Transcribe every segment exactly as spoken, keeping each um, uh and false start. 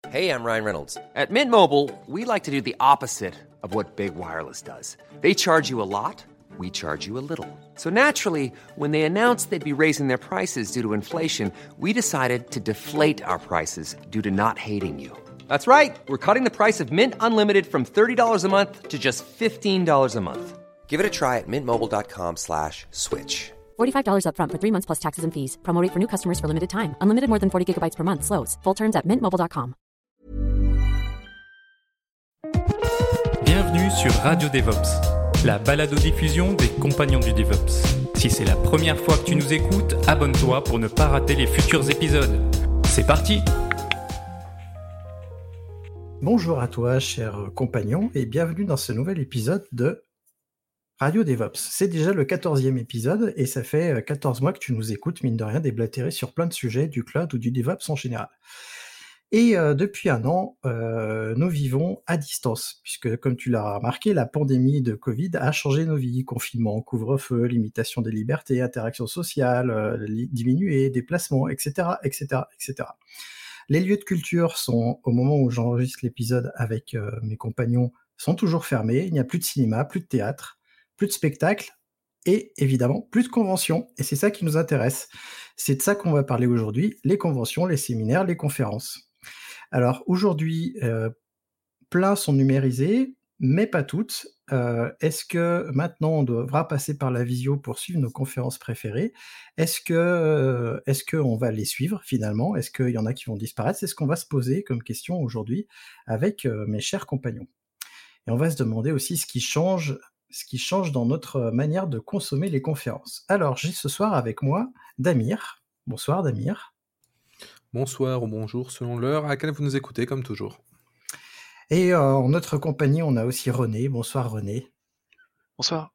Hey, I'm Ryan Reynolds. At Mint Mobile, we like to do the opposite of what Big Wireless does. They charge you a lot, we charge you a little. So naturally, when they announced they'd be raising their prices due to inflation, we decided to deflate our prices due to not hating you. That's right. We're cutting the price of Mint Unlimited from thirty dollars a month to just fifteen dollars a month. Give it a try at mintmobile.com slash switch. forty-five dollars up front for three months plus taxes and fees. Promo rate for new customers for limited time. Unlimited more than forty gigabytes per month. Slows full terms at mint mobile dot com. Bienvenue sur Radio DevOps, la balado-diffusion des compagnons du DevOps. Si c'est la première fois que tu nous écoutes, abonne-toi pour ne pas rater les futurs épisodes. C'est parti! Bonjour à toi, cher compagnon, et bienvenue dans ce nouvel épisode de Radio DevOps. C'est déjà le quatorzième épisode, et ça fait quatorze mois que tu nous écoutes, mine de rien, déblatérer sur plein de sujets, du cloud ou du DevOps en général. Et euh, depuis un an, euh, nous vivons à distance, puisque comme tu l'as remarqué, la pandémie de Covid a changé nos vies. Confinement, couvre-feu, limitation des libertés, interaction sociale, euh, diminuée, déplacements, et cetera, et cetera, et cetera. Les lieux de culture sont, au moment où j'enregistre l'épisode avec euh, mes compagnons, sont toujours fermés. Il n'y a plus de cinéma, plus de théâtre, plus de spectacle, et évidemment, plus de conventions. Et c'est ça qui nous intéresse. C'est de ça qu'on va parler aujourd'hui, les conventions, les séminaires, les conférences. Alors aujourd'hui, euh, plein sont numérisés, mais pas toutes. Euh, est-ce que maintenant on devra passer par la visio pour suivre nos conférences préférées ? Est-ce que euh, est-ce qu'on va les suivre finalement ? Est-ce qu'il y en a qui vont disparaître ? C'est ce qu'on va se poser comme question aujourd'hui avec euh, mes chers compagnons. Et on va se demander aussi ce qui change, ce qui change dans notre manière de consommer les conférences. Alors j'ai ce soir avec moi Damir. Bonsoir Damir. Bonsoir ou bonjour selon l'heure à laquelle vous nous écoutez, comme toujours. Et euh, en notre compagnie, on a aussi René. Bonsoir René. Bonsoir.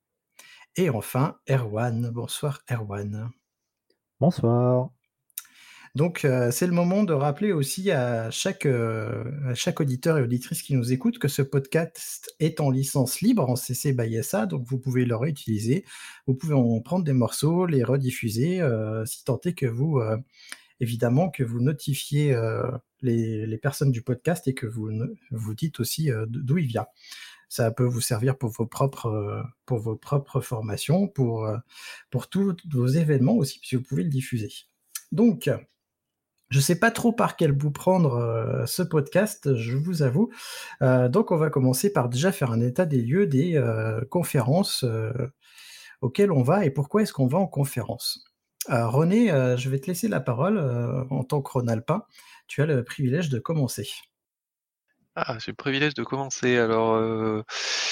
Et enfin, Erwan. Bonsoir Erwan. Bonsoir. Donc, euh, c'est le moment de rappeler aussi à chaque, euh, à chaque auditeur et auditrice qui nous écoute que ce podcast est en licence libre, en C C by S A, donc vous pouvez le réutiliser. Vous pouvez en prendre des morceaux, les rediffuser, euh, si tant est que vous... Euh, évidemment que vous notifiez euh, les, les personnes du podcast et que vous vous dites aussi euh, d'où il vient. Ça peut vous servir pour vos propres, euh, pour vos propres formations, pour, euh, pour tous vos événements aussi, puisque vous pouvez le diffuser. Donc, je ne sais pas trop par quel bout prendre euh, ce podcast, je vous avoue. Euh, donc, on va commencer par déjà faire un état des lieux des euh, conférences euh, auxquelles on va et pourquoi est-ce qu'on va en conférence. Euh, René, euh, je vais te laisser la parole euh, en tant que Rhône-Alpin. Tu as le privilège de commencer. Ah, j'ai le privilège de commencer. Alors, euh,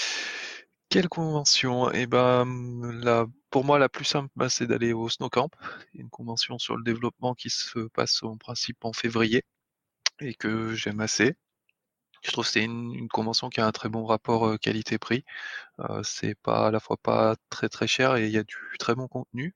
quelle convention? Eh ben, la, pour moi, la plus simple, bah, c'est d'aller au Snowcamp, une convention sur le développement qui se passe en principe en février et que j'aime assez. Je trouve que c'est une, une convention qui a un très bon rapport euh, qualité-prix. Euh, c'est pas à la fois pas très très cher et il y a du très bon contenu.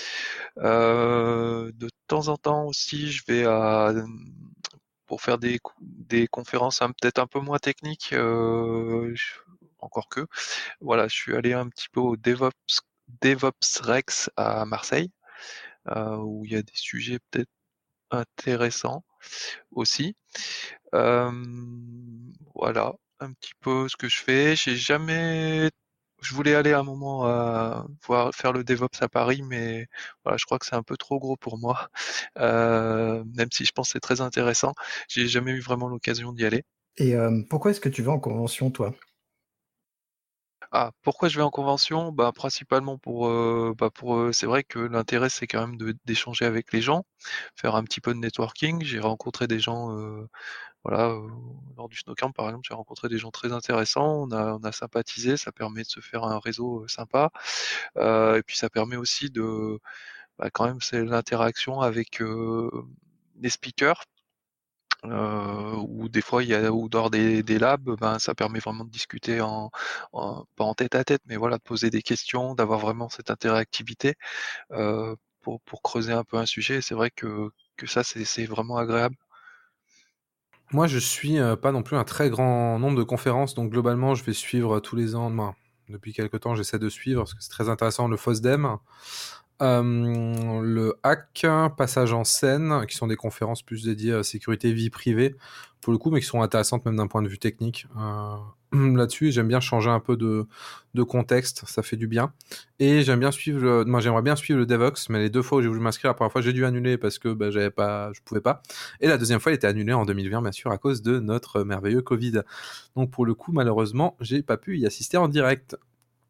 Euh, de temps en temps aussi, je vais à pour faire des des conférences hein, peut-être un peu moins techniques. Euh, je, encore que, voilà, je suis allé un petit peu au DevOps DevOps Rex à Marseille, euh, où il y a des sujets peut-être intéressants aussi. Euh, voilà, un petit peu ce que je fais. J'ai jamais Je voulais aller à un moment à voir faire le DevOps à Paris, mais voilà, je crois que c'est un peu trop gros pour moi. Euh, même si je pense que c'est très intéressant, j'ai jamais eu vraiment l'occasion d'y aller. Et euh, pourquoi est-ce que tu vas en convention, toi ? Ah, pourquoi je vais en convention? Bah, principalement pour, euh, bah, pour, euh, c'est vrai que l'intérêt c'est quand même de, d'échanger avec les gens, faire un petit peu de networking. J'ai rencontré des gens, euh, voilà, euh, lors du Snowcamp par exemple, j'ai rencontré des gens très intéressants. On a, on a sympathisé, ça permet de se faire un réseau euh, sympa. Euh, et puis ça permet aussi de, bah, quand même, c'est l'interaction avec euh, les speakers. Euh, ou des fois il y a ou dans des, des labs, ben ça permet vraiment de discuter en, en pas en tête à tête, mais voilà, de poser des questions, d'avoir vraiment cette interactivité euh, pour pour creuser un peu un sujet. Et c'est vrai que que ça c'est c'est vraiment agréable. Moi, je suis euh, pas non plus un très grand nombre de conférences, donc globalement, je vais suivre tous les ans. Moi, depuis quelques temps, j'essaie de suivre parce que c'est très intéressant le FOSDEM, euh, le Hack, Passage en scène, qui sont des conférences plus dédiées à sécurité vie privée pour le coup, mais qui sont intéressantes même d'un point de vue technique. Euh, là-dessus, j'aime bien changer un peu de, de contexte, ça fait du bien. Et j'aime bien suivre, le, moi j'aimerais bien suivre le DevOps, mais les deux fois où j'ai voulu m'inscrire, la première fois j'ai dû annuler parce que bah, j'avais pas, je pouvais pas. Et la deuxième fois, il était annulé en deux mille vingt, bien sûr, à cause de notre merveilleux Covid. Donc pour le coup, malheureusement, j'ai pas pu y assister en direct.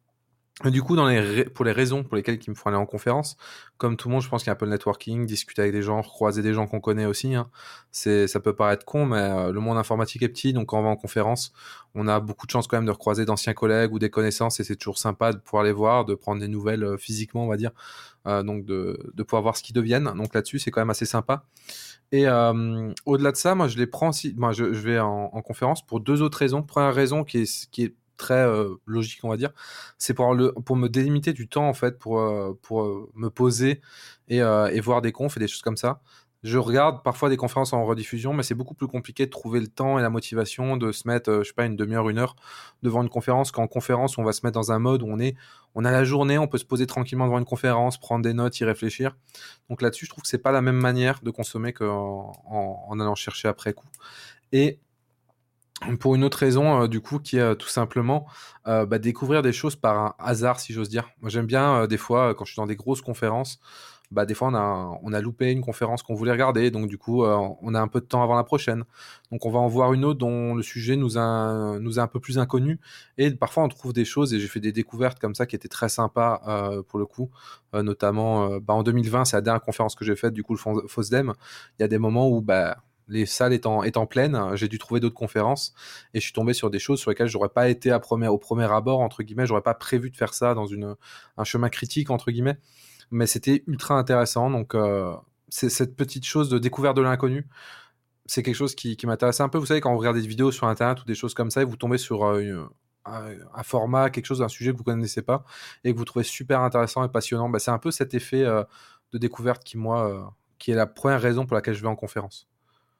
Du coup, dans les pour les raisons pour lesquelles il me faut aller en conférence, comme tout le monde, je pense qu'il y a un peu le networking, discuter avec des gens, croiser des gens qu'on connaît aussi. Hein. C'est, ça peut paraître con, mais euh, le monde informatique est petit, donc quand on va en conférence, on a beaucoup de chances quand même de recroiser d'anciens collègues ou des connaissances, et c'est toujours sympa de pouvoir les voir, de prendre des nouvelles euh, physiquement, on va dire, euh, donc de, de pouvoir voir ce qu'ils deviennent. Donc là-dessus, c'est quand même assez sympa. Et euh, au-delà de ça, moi, je les prends aussi. Moi, je, je vais en, en conférence pour deux autres raisons. Première raison qui est qui est très euh, logique, on va dire, c'est pour le pour me délimiter du temps en fait, pour euh, pour euh, me poser et euh, et voir des confs et des choses comme ça. Je regarde parfois des conférences en rediffusion, mais c'est beaucoup plus compliqué de trouver le temps et la motivation de se mettre, euh, je sais pas, une demi-heure, une heure devant une conférence. Qu'en conférence, on va se mettre dans un mode où on est, on a la journée, on peut se poser tranquillement devant une conférence, prendre des notes, y réfléchir. Donc là-dessus, je trouve que c'est pas la même manière de consommer qu'en en, en allant chercher après coup. Et pour une autre raison, euh, du coup, qui est euh, tout simplement euh, bah, découvrir des choses par un hasard, si j'ose dire. Moi, j'aime bien, euh, des fois, euh, quand je suis dans des grosses conférences, bah, des fois, on a, on a loupé une conférence qu'on voulait regarder, donc du coup, euh, on a un peu de temps avant la prochaine. Donc, on va en voir une autre dont le sujet nous a, nous est un peu plus inconnu, et parfois, on trouve des choses, et j'ai fait des découvertes comme ça qui étaient très sympas, euh, pour le coup, euh, notamment, euh, bah, en deux mille vingt, c'est la dernière conférence que j'ai faite, du coup, le FOSDEM. Il y a des moments où, bah, les salles étant, étant pleines, j'ai dû trouver d'autres conférences et je suis tombé sur des choses sur lesquelles j'aurais pas été à premier, au premier abord, entre guillemets, j'aurais pas prévu de faire ça dans une, un chemin critique, entre guillemets, mais c'était ultra intéressant. Donc, euh, c'est cette petite chose de découverte de l'inconnu, c'est quelque chose qui, qui m'intéresse un peu. Vous savez, quand vous regardez des vidéos sur Internet ou des choses comme ça et vous tombez sur euh, une, un, un format, quelque chose, un sujet que vous connaissez pas et que vous trouvez super intéressant et passionnant, bah, c'est un peu cet effet euh, de découverte qui, moi, euh, qui est la première raison pour laquelle je vais en conférence.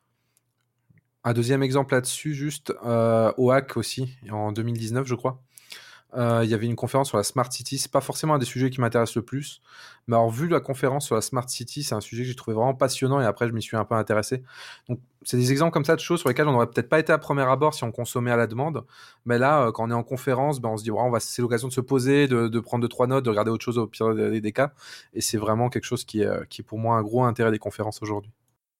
Un deuxième exemple là-dessus, juste euh, au Hack aussi, en deux mille dix-neuf, je crois. Euh, il y avait une conférence sur la Smart City. C'est pas forcément un des sujets qui m'intéresse le plus, mais alors vu la conférence sur la Smart City, c'est un sujet que j'ai trouvé vraiment passionnant et après je m'y suis un peu intéressé. Donc c'est des exemples comme ça de choses sur lesquelles on n'aurait peut-être pas été à premier abord si on consommait à la demande, mais là euh, quand on est en conférence, ben, on se dit ouais, on va, c'est l'occasion de se poser, de, de prendre deux trois notes, de regarder autre chose au pire des, des cas, et c'est vraiment quelque chose qui est, qui est pour moi un gros intérêt des conférences aujourd'hui.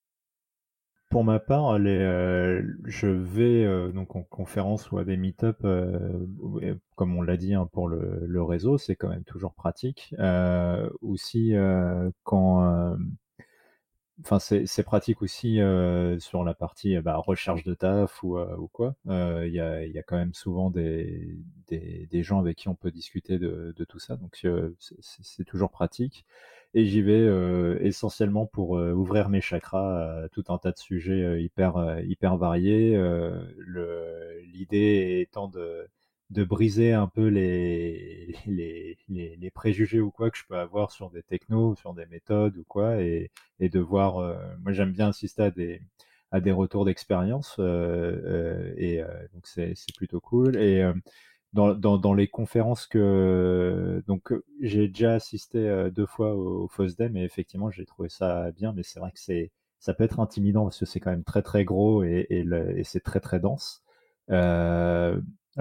Pour ma part, les, euh, je vais euh, donc en conférence ou à des meet-up, euh, comme on l'a dit, hein, pour le, le réseau, c'est quand même toujours pratique. Euh, aussi, euh, quand, euh, enfin, c'est, c'est pratique aussi euh, sur la partie bah, recherche de taf ou, euh, ou quoi. Il euh, y, a, y a quand même souvent des, des, des gens avec qui on peut discuter de, de tout ça, donc euh, c'est, c'est toujours pratique. Et j'y vais euh, essentiellement pour euh, ouvrir mes chakras à tout un tas de sujets euh, hyper euh, hyper variés. Euh, le, l'idée étant de de briser un peu les, les les les préjugés ou quoi que je peux avoir sur des technos, sur des méthodes ou quoi, et et de voir. Euh, moi, j'aime bien assister à des à des retours d'expérience euh, euh, et euh, donc c'est c'est plutôt cool. Et euh, dans, dans, dans les conférences que donc j'ai déjà assisté euh, deux fois au, au FOSDEM et effectivement j'ai trouvé ça bien, mais c'est vrai que c'est ça peut être intimidant parce que c'est quand même très très gros et, et, le, et c'est très très dense. Euh,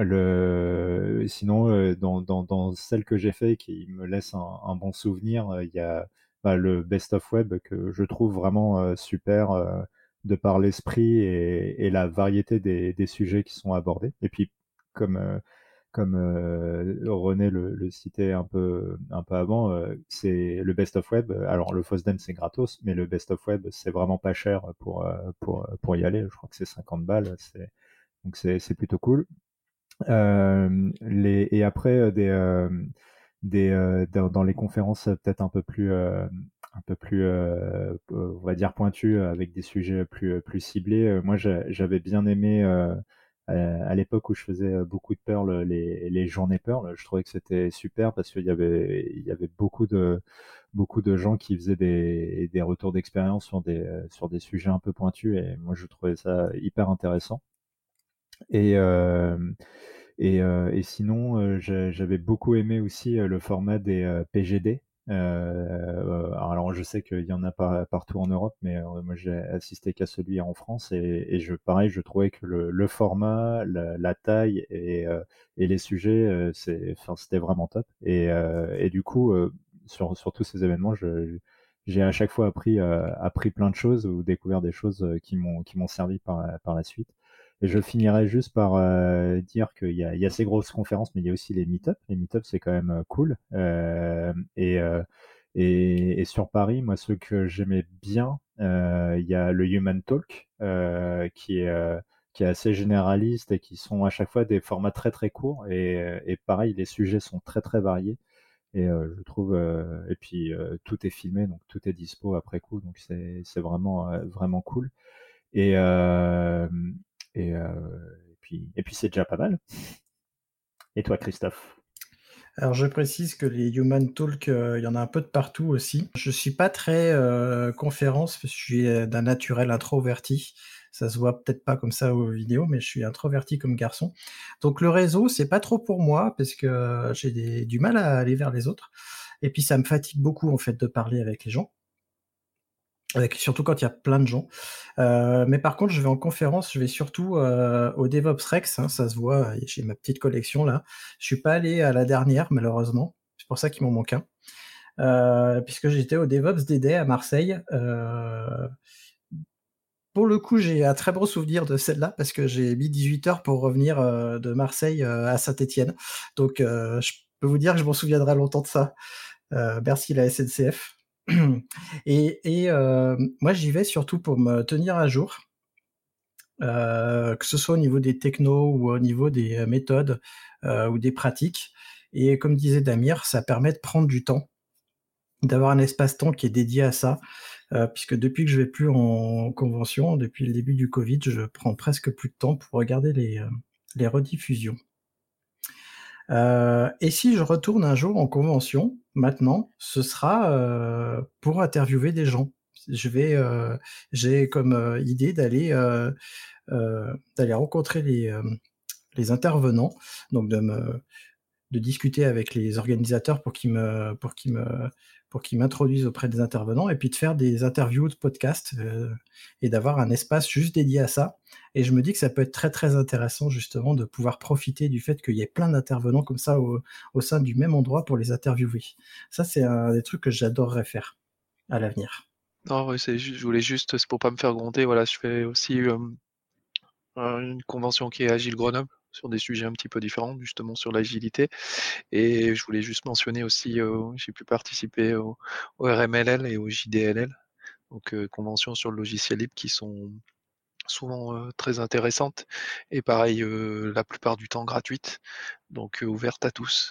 le sinon euh, dans, dans, dans celle que j'ai fait qui me laisse un, un bon souvenir, euh, il y a bah, le Best of Web que je trouve vraiment euh, super euh, de par l'esprit et, et la variété des, des sujets qui sont abordés. Et puis comme euh, comme euh, René le, le citait un peu, un peu avant, euh, c'est le Best of Web. Alors le FOSDEM c'est gratos, mais le Best of Web c'est vraiment pas cher pour, euh, pour, pour y aller. Je crois que c'est cinquante balles, c'est, donc c'est, c'est plutôt cool. Euh, les, et après des, euh, des euh, dans, dans les conférences peut-être un peu plus euh, un peu plus euh, on va dire pointues avec des sujets plus plus ciblés. Euh, moi j'avais bien aimé euh, à l'époque où je faisais beaucoup de Perl, les, les journées Perl, je trouvais que c'était super parce qu'il y avait, il y avait beaucoup de, beaucoup de gens qui faisaient des, des retours d'expérience sur des, sur des sujets un peu pointus et moi je trouvais ça hyper intéressant. Et, euh, et, euh, et sinon, euh, j'avais beaucoup aimé aussi le format des euh, P G D. Euh, alors je sais qu'il y en a pas partout en Europe, mais euh, moi j'ai assisté qu'à celui en France et, et je pareil, je trouvais que le, le format, la, la taille et, euh, et les sujets, euh, c'est, enfin c'était vraiment top. Et, euh, et du coup, euh, sur, sur tous ces événements, je, j'ai à chaque fois appris euh, appris plein de choses ou découvert des choses euh, qui m'ont qui m'ont servi par par la suite. Et je finirai juste par euh, dire qu'il y a, il y a ces grosses conférences, mais il y a aussi les meet-up. Les meet-up, c'est quand même euh, cool. Euh, et, euh, et, et sur Paris, moi, ce que j'aimais bien, euh, il y a le Human Talk, euh, qui est, euh, qui est assez généraliste et qui sont à chaque fois des formats très très courts. Et, et pareil, les sujets sont très très variés. Et euh, je trouve, euh, et puis euh, tout est filmé, donc tout est dispo après coup, donc c'est c'est vraiment euh, vraiment cool. Et euh, et, euh, et puis et puis c'est déjà pas mal. Et toi, Christophe? Alors je précise que les Human Talk, euh, il y en a un peu de partout aussi. Je suis pas très euh, conférence, parce que je suis euh, d'un naturel introverti. Ça se voit peut-être pas comme ça aux vidéos, mais je suis introverti comme garçon. Donc le réseau, c'est pas trop pour moi, parce que euh, j'ai des- du mal à aller vers les autres. Et puis ça me fatigue beaucoup en fait de parler avec les gens. Avec, surtout quand il y a plein de gens. Euh, mais par contre, je vais en conférence, je vais surtout euh, au DevOps Rex, hein, ça se voit, j'ai ma petite collection là. Je suis pas allé à la dernière, malheureusement. C'est pour ça qu'il m'en manque un. Euh, puisque j'étais au DevOps D D à Marseille. Euh, pour le coup, j'ai un très bon souvenir de celle-là, parce que j'ai mis dix-huit heures pour revenir euh, de Marseille euh, à Saint-Étienne. Donc, euh, je peux vous dire que je m'en souviendrai longtemps de ça. Euh, merci la S N C F. Et, et euh, moi, j'y vais surtout pour me tenir à jour, euh, que ce soit au niveau des technos ou au niveau des euh, méthodes euh, ou des pratiques. Et comme disait Damir, ça permet de prendre du temps, d'avoir un espace-temps qui est dédié à ça, euh, puisque depuis que je vais plus en convention, depuis le début du Covid, je prends presque plus de temps pour regarder les, euh, les rediffusions. Euh, et si je retourne un jour en convention, maintenant, ce sera euh, pour interviewer des gens. Je vais, euh, j'ai comme euh, idée d'aller euh, euh, d'aller rencontrer les euh, les intervenants, donc de me de discuter avec les organisateurs pour qu'ils me pour qu'ils me pour qu'ils m'introduisent auprès des intervenants, et puis de faire des interviews de podcasts euh, et d'avoir un espace juste dédié à ça. Et je me dis que ça peut être très très intéressant justement de pouvoir profiter du fait qu'il y ait plein d'intervenants comme ça au, au sein du même endroit pour les interviewer. Ça, c'est un des trucs que j'adorerais faire à l'avenir. Non, ouais, c'est ju- je voulais juste, c'est pour pas me faire gronder, voilà, je fais aussi euh, euh, une convention qui est Agile Grenoble sur des sujets un petit peu différents, justement sur l'agilité. Et je voulais juste mentionner aussi, euh, j'ai pu participer au, au R M L L et au J D L L, donc euh, conventions sur le logiciel libre qui sont souvent euh, très intéressantes et pareil, euh, la plupart du temps gratuites, donc euh, ouvertes à tous.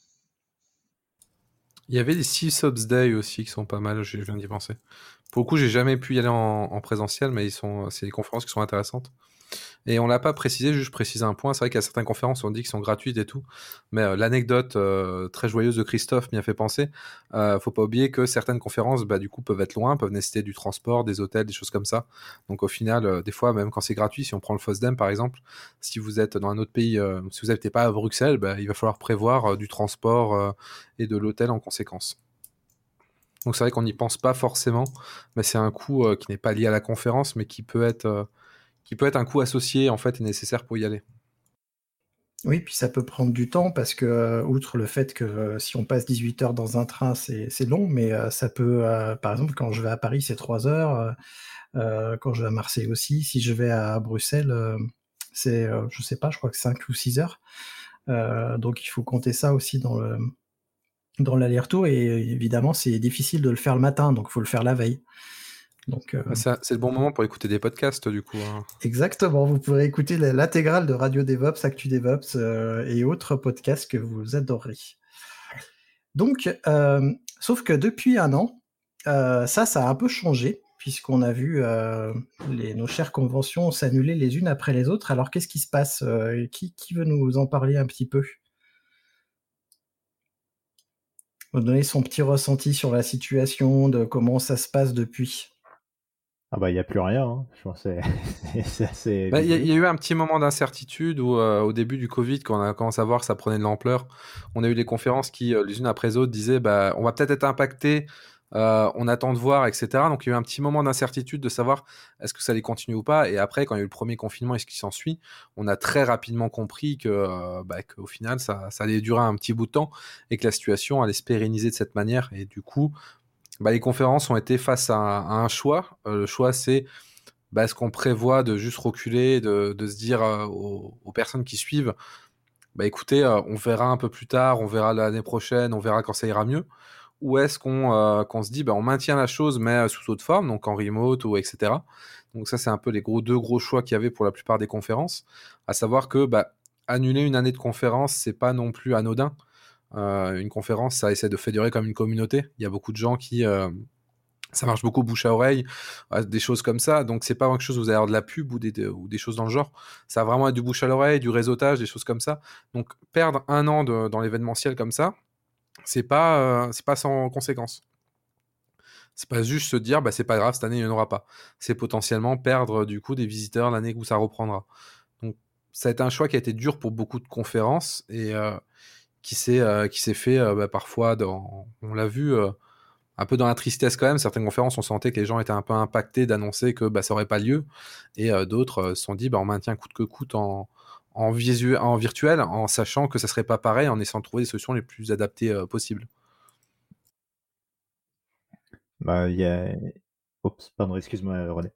Il y avait des SysOps Day aussi qui sont pas mal, je viens d'y penser. Pour le coup, j'ai jamais pu y aller en, en présentiel, mais ils sont, c'est des conférences qui sont intéressantes. Et on l'a pas précisé, juste je précise un point. C'est vrai qu'il y a certaines conférences, on dit qu'elles sont gratuites et tout, mais euh, l'anecdote euh, très joyeuse de Christophe m'y a fait penser. Euh, faut pas oublier que certaines conférences, bah, du coup, peuvent être loin, peuvent nécessiter du transport, des hôtels, des choses comme ça. Donc au final, euh, des fois, même quand c'est gratuit, si on prend le FOSDEM par exemple, si vous êtes dans un autre pays, euh, si vous n'habitez pas à Bruxelles, bah, il va falloir prévoir euh, du transport euh, et de l'hôtel en conséquence. Donc c'est vrai qu'on n'y pense pas forcément, mais c'est un coût euh, qui n'est pas lié à la conférence, mais qui peut être euh, qui peut être un coût associé en fait et nécessaire pour y aller. Oui, puis ça peut prendre du temps parce que, euh, outre le fait que euh, si on passe dix-huit heures dans un train, c'est c'est long, mais euh, ça peut, euh, par exemple, quand je vais à Paris, c'est trois heures. euh, euh, quand je vais à Marseille aussi. Si je vais à Bruxelles, euh, c'est, euh, je sais pas, je crois que cinq ou six heures. Euh, donc il faut compter ça aussi dans le dans l'aller-retour. Et évidemment, c'est difficile de le faire le matin, donc il faut le faire la veille. Donc, euh, Bah, ça- c'est le bon moment pour écouter des podcasts du coup. hein. exactement, vous pourrez écouter la- l'intégrale de Radio DevOps, Actu DevOps euh, et autres podcasts que vous adorerez. Donc, euh, sauf que depuis un an, euh, ça, ça a un peu changé, puisqu'on a vu euh, les, nos chères conventions s'annuler les unes après les autres. Alors, qu'est-ce qui se passe euh, qui, qui veut nous en parler un petit peu? Nous donner son petit ressenti sur la situation, de comment ça se passe depuis. Ah bah il n'y a plus rien, hein. Je pense que c'est, c'est, c'est assez Bah, il y, a- il y visible. a eu un petit moment d'incertitude où, euh, au début du Covid, quand on a commencé à voir que ça prenait de l'ampleur, on a eu des conférences qui, euh, les unes après les autres, disaient bah, on va peut-être être impacté, euh, on attend de voir, et cetera. Donc il y a eu un petit moment d'incertitude de savoir est-ce que ça allait continuer ou pas. Et après, quand il y a eu le premier confinement et ce qui s'ensuit, on a très rapidement compris que, euh, bah, qu'au final, ça, ça allait durer un petit bout de temps et que la situation allait se pérenniser de cette manière. Et du coup, bah, les conférences ont été face à un, à un choix. Euh, le choix, c'est bah, est-ce qu'on prévoit de juste reculer, de, de se dire euh, aux, aux personnes qui suivent, bah écoutez, euh, on verra un peu plus tard, on verra l'année prochaine, on verra quand ça ira mieux, ou est-ce qu'on euh, qu'on se dit, bah, on maintient la chose mais euh, sous autre forme, donc en remote ou et cetera. Donc ça, c'est un peu les gros deux gros choix qu'il y avait pour la plupart des conférences, à savoir que bah, annuler une année de conférence, c'est pas non plus anodin. Euh, une conférence, ça essaie de fédérer comme une communauté. Il y a beaucoup de gens qui euh, ça marche beaucoup bouche à oreille, euh, des choses comme ça. Donc c'est pas quelque chose où vous allez avoir de la pub ou des, de- ou des choses dans le genre. Ça va vraiment être du bouche à l'oreille, du réseautage, des choses comme ça. Donc perdre un an de- dans l'événementiel comme ça, c'est pas euh, c'est pas sans conséquence. C'est pas juste se dire bah c'est pas grave, cette année il n'y en aura pas. C'est potentiellement perdre du coup des visiteurs l'année où ça reprendra. Donc ça a été un choix qui a été dur pour beaucoup de conférences et euh, qui s'est euh, qui s'est fait euh, bah, parfois dans on l'a vu euh, un peu dans la tristesse quand même. Certaines conférences, on sentait que les gens étaient un peu impactés d'annoncer que bah, ça aurait pas lieu. Et euh, d'autres euh, se sont dit, bah, on maintient coûte que coûte en, en, visu- en virtuel, en sachant que ça serait pas pareil, en essayant de trouver les solutions les plus adaptées euh, possibles. Bah, il y a... Oups, pardon, excuse-moi, René.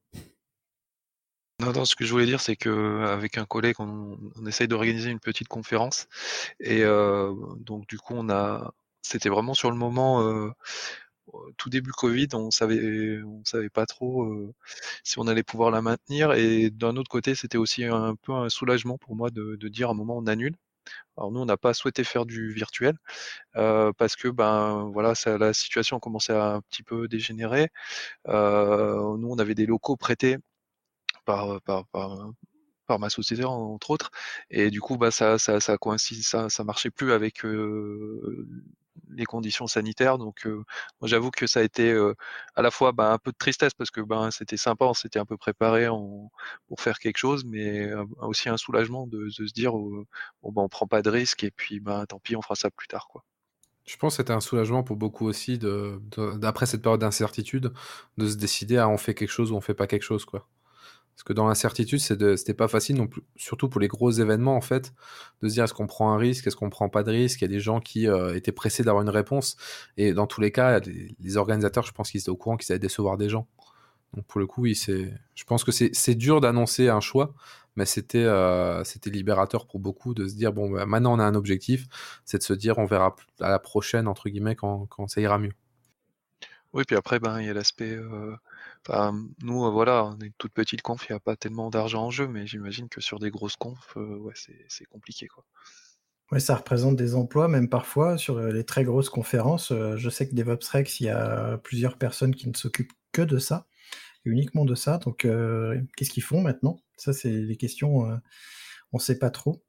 Non, non, ce que je voulais dire, c'est que avec un collègue, on, on essaye d'organiser une petite conférence. Et euh, donc, du coup, on a, c'était vraiment sur le moment, euh, tout début Covid, on savait, on savait pas trop euh, si on allait pouvoir la maintenir. Et d'un autre côté, c'était aussi un peu un soulagement pour moi de, de dire à un moment on annule. Alors nous, on n'a pas souhaité faire du virtuel euh, parce que ben voilà, ça, la situation commençait à un petit peu dégénérer. Euh, nous, on avait des locaux prêtés par, par, par, par ma société entre autres, et du coup bah ça ça ça coïncide, ça ça marchait plus avec euh, les conditions sanitaires. Donc euh, moi j'avoue que ça a été euh, à la fois bah, un peu de tristesse parce que ben c'était sympa, on s'était un peu préparé en, pour faire quelque chose, mais euh, aussi un soulagement de, de se dire euh, bon bah on prend pas de risque et puis bah tant pis, on fera ça plus tard quoi. Je pense que c'était un soulagement pour beaucoup aussi, de, de- d'après cette période d'incertitude, de se décider à on fait quelque chose ou on fait pas quelque chose, quoi. Parce que dans l'incertitude, c'est de- c'était pas facile, non plus, surtout pour les gros événements, en fait, de se dire est-ce qu'on prend un risque, est-ce qu'on prend pas de risque. Il y a des gens qui euh, étaient pressés d'avoir une réponse. Et dans tous les cas, les, les organisateurs, je pense qu'ils étaient au courant qu'ils allaient décevoir des gens. Donc pour le coup, oui, c'est, je pense que c'est, c'est dur d'annoncer un choix, mais c'était, euh, c'était libérateur pour beaucoup de se dire bon, bah, maintenant on a un objectif, c'est de se dire on verra à la prochaine, entre guillemets, quand, quand ça ira mieux. Oui, puis après ben il y a l'aspect euh, enfin, nous euh, voilà, on est une toute petite conf, il n'y a pas tellement d'argent en jeu, mais j'imagine que sur des grosses confs, euh, ouais c'est c'est compliqué quoi. Ouais, ça représente des emplois, même parfois, sur euh, les très grosses conférences. Euh, je sais que DevOps Rex, il y a plusieurs personnes qui ne s'occupent que de ça, uniquement de ça. Donc, euh, qu'est-ce qu'ils font maintenant? Ça, c'est des questions, euh, on ne sait pas trop.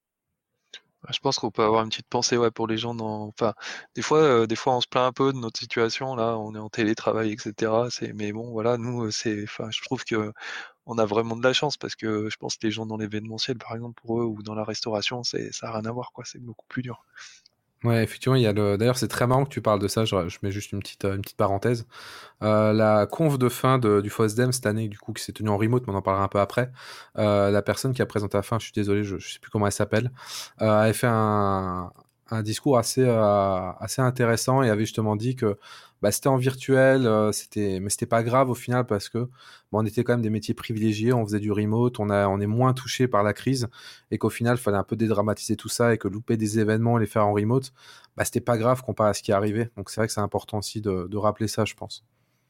Je pense qu'on peut avoir une petite pensée ouais pour les gens dans enfin des fois euh, des fois on se plaint un peu de notre situation là, on est en télétravail et cetera. C'est mais bon voilà nous euh, c'est enfin je trouve que on a vraiment de la chance parce que je pense que les gens dans l'événementiel par exemple pour eux ou dans la restauration c'est ça a rien à voir quoi, c'est beaucoup plus dur. Ouais, effectivement, il y a le. D'ailleurs, c'est très marrant que tu parles de ça. Je, je mets juste une petite, euh, une petite parenthèse. Euh, la conf de fin de, du FOSDEM cette année, du coup, qui s'est tenue en remote, mais on en parlera un peu après. Euh, la personne qui a présenté à la fin, je suis désolé, je, je sais plus comment elle s'appelle, euh, avait fait un, un discours assez, euh, assez intéressant et avait justement dit que bah, c'était en virtuel, euh, c'était, mais c'était pas grave au final parce que bon, on était quand même des métiers privilégiés, on faisait du remote, on, a, on est moins touché par la crise et qu'au final, il fallait un peu dédramatiser tout ça et que louper des événements et les faire en remote, bah, c'était pas grave comparé à ce qui est arrivé. Donc c'est vrai que c'est important aussi de, de rappeler ça, je pense.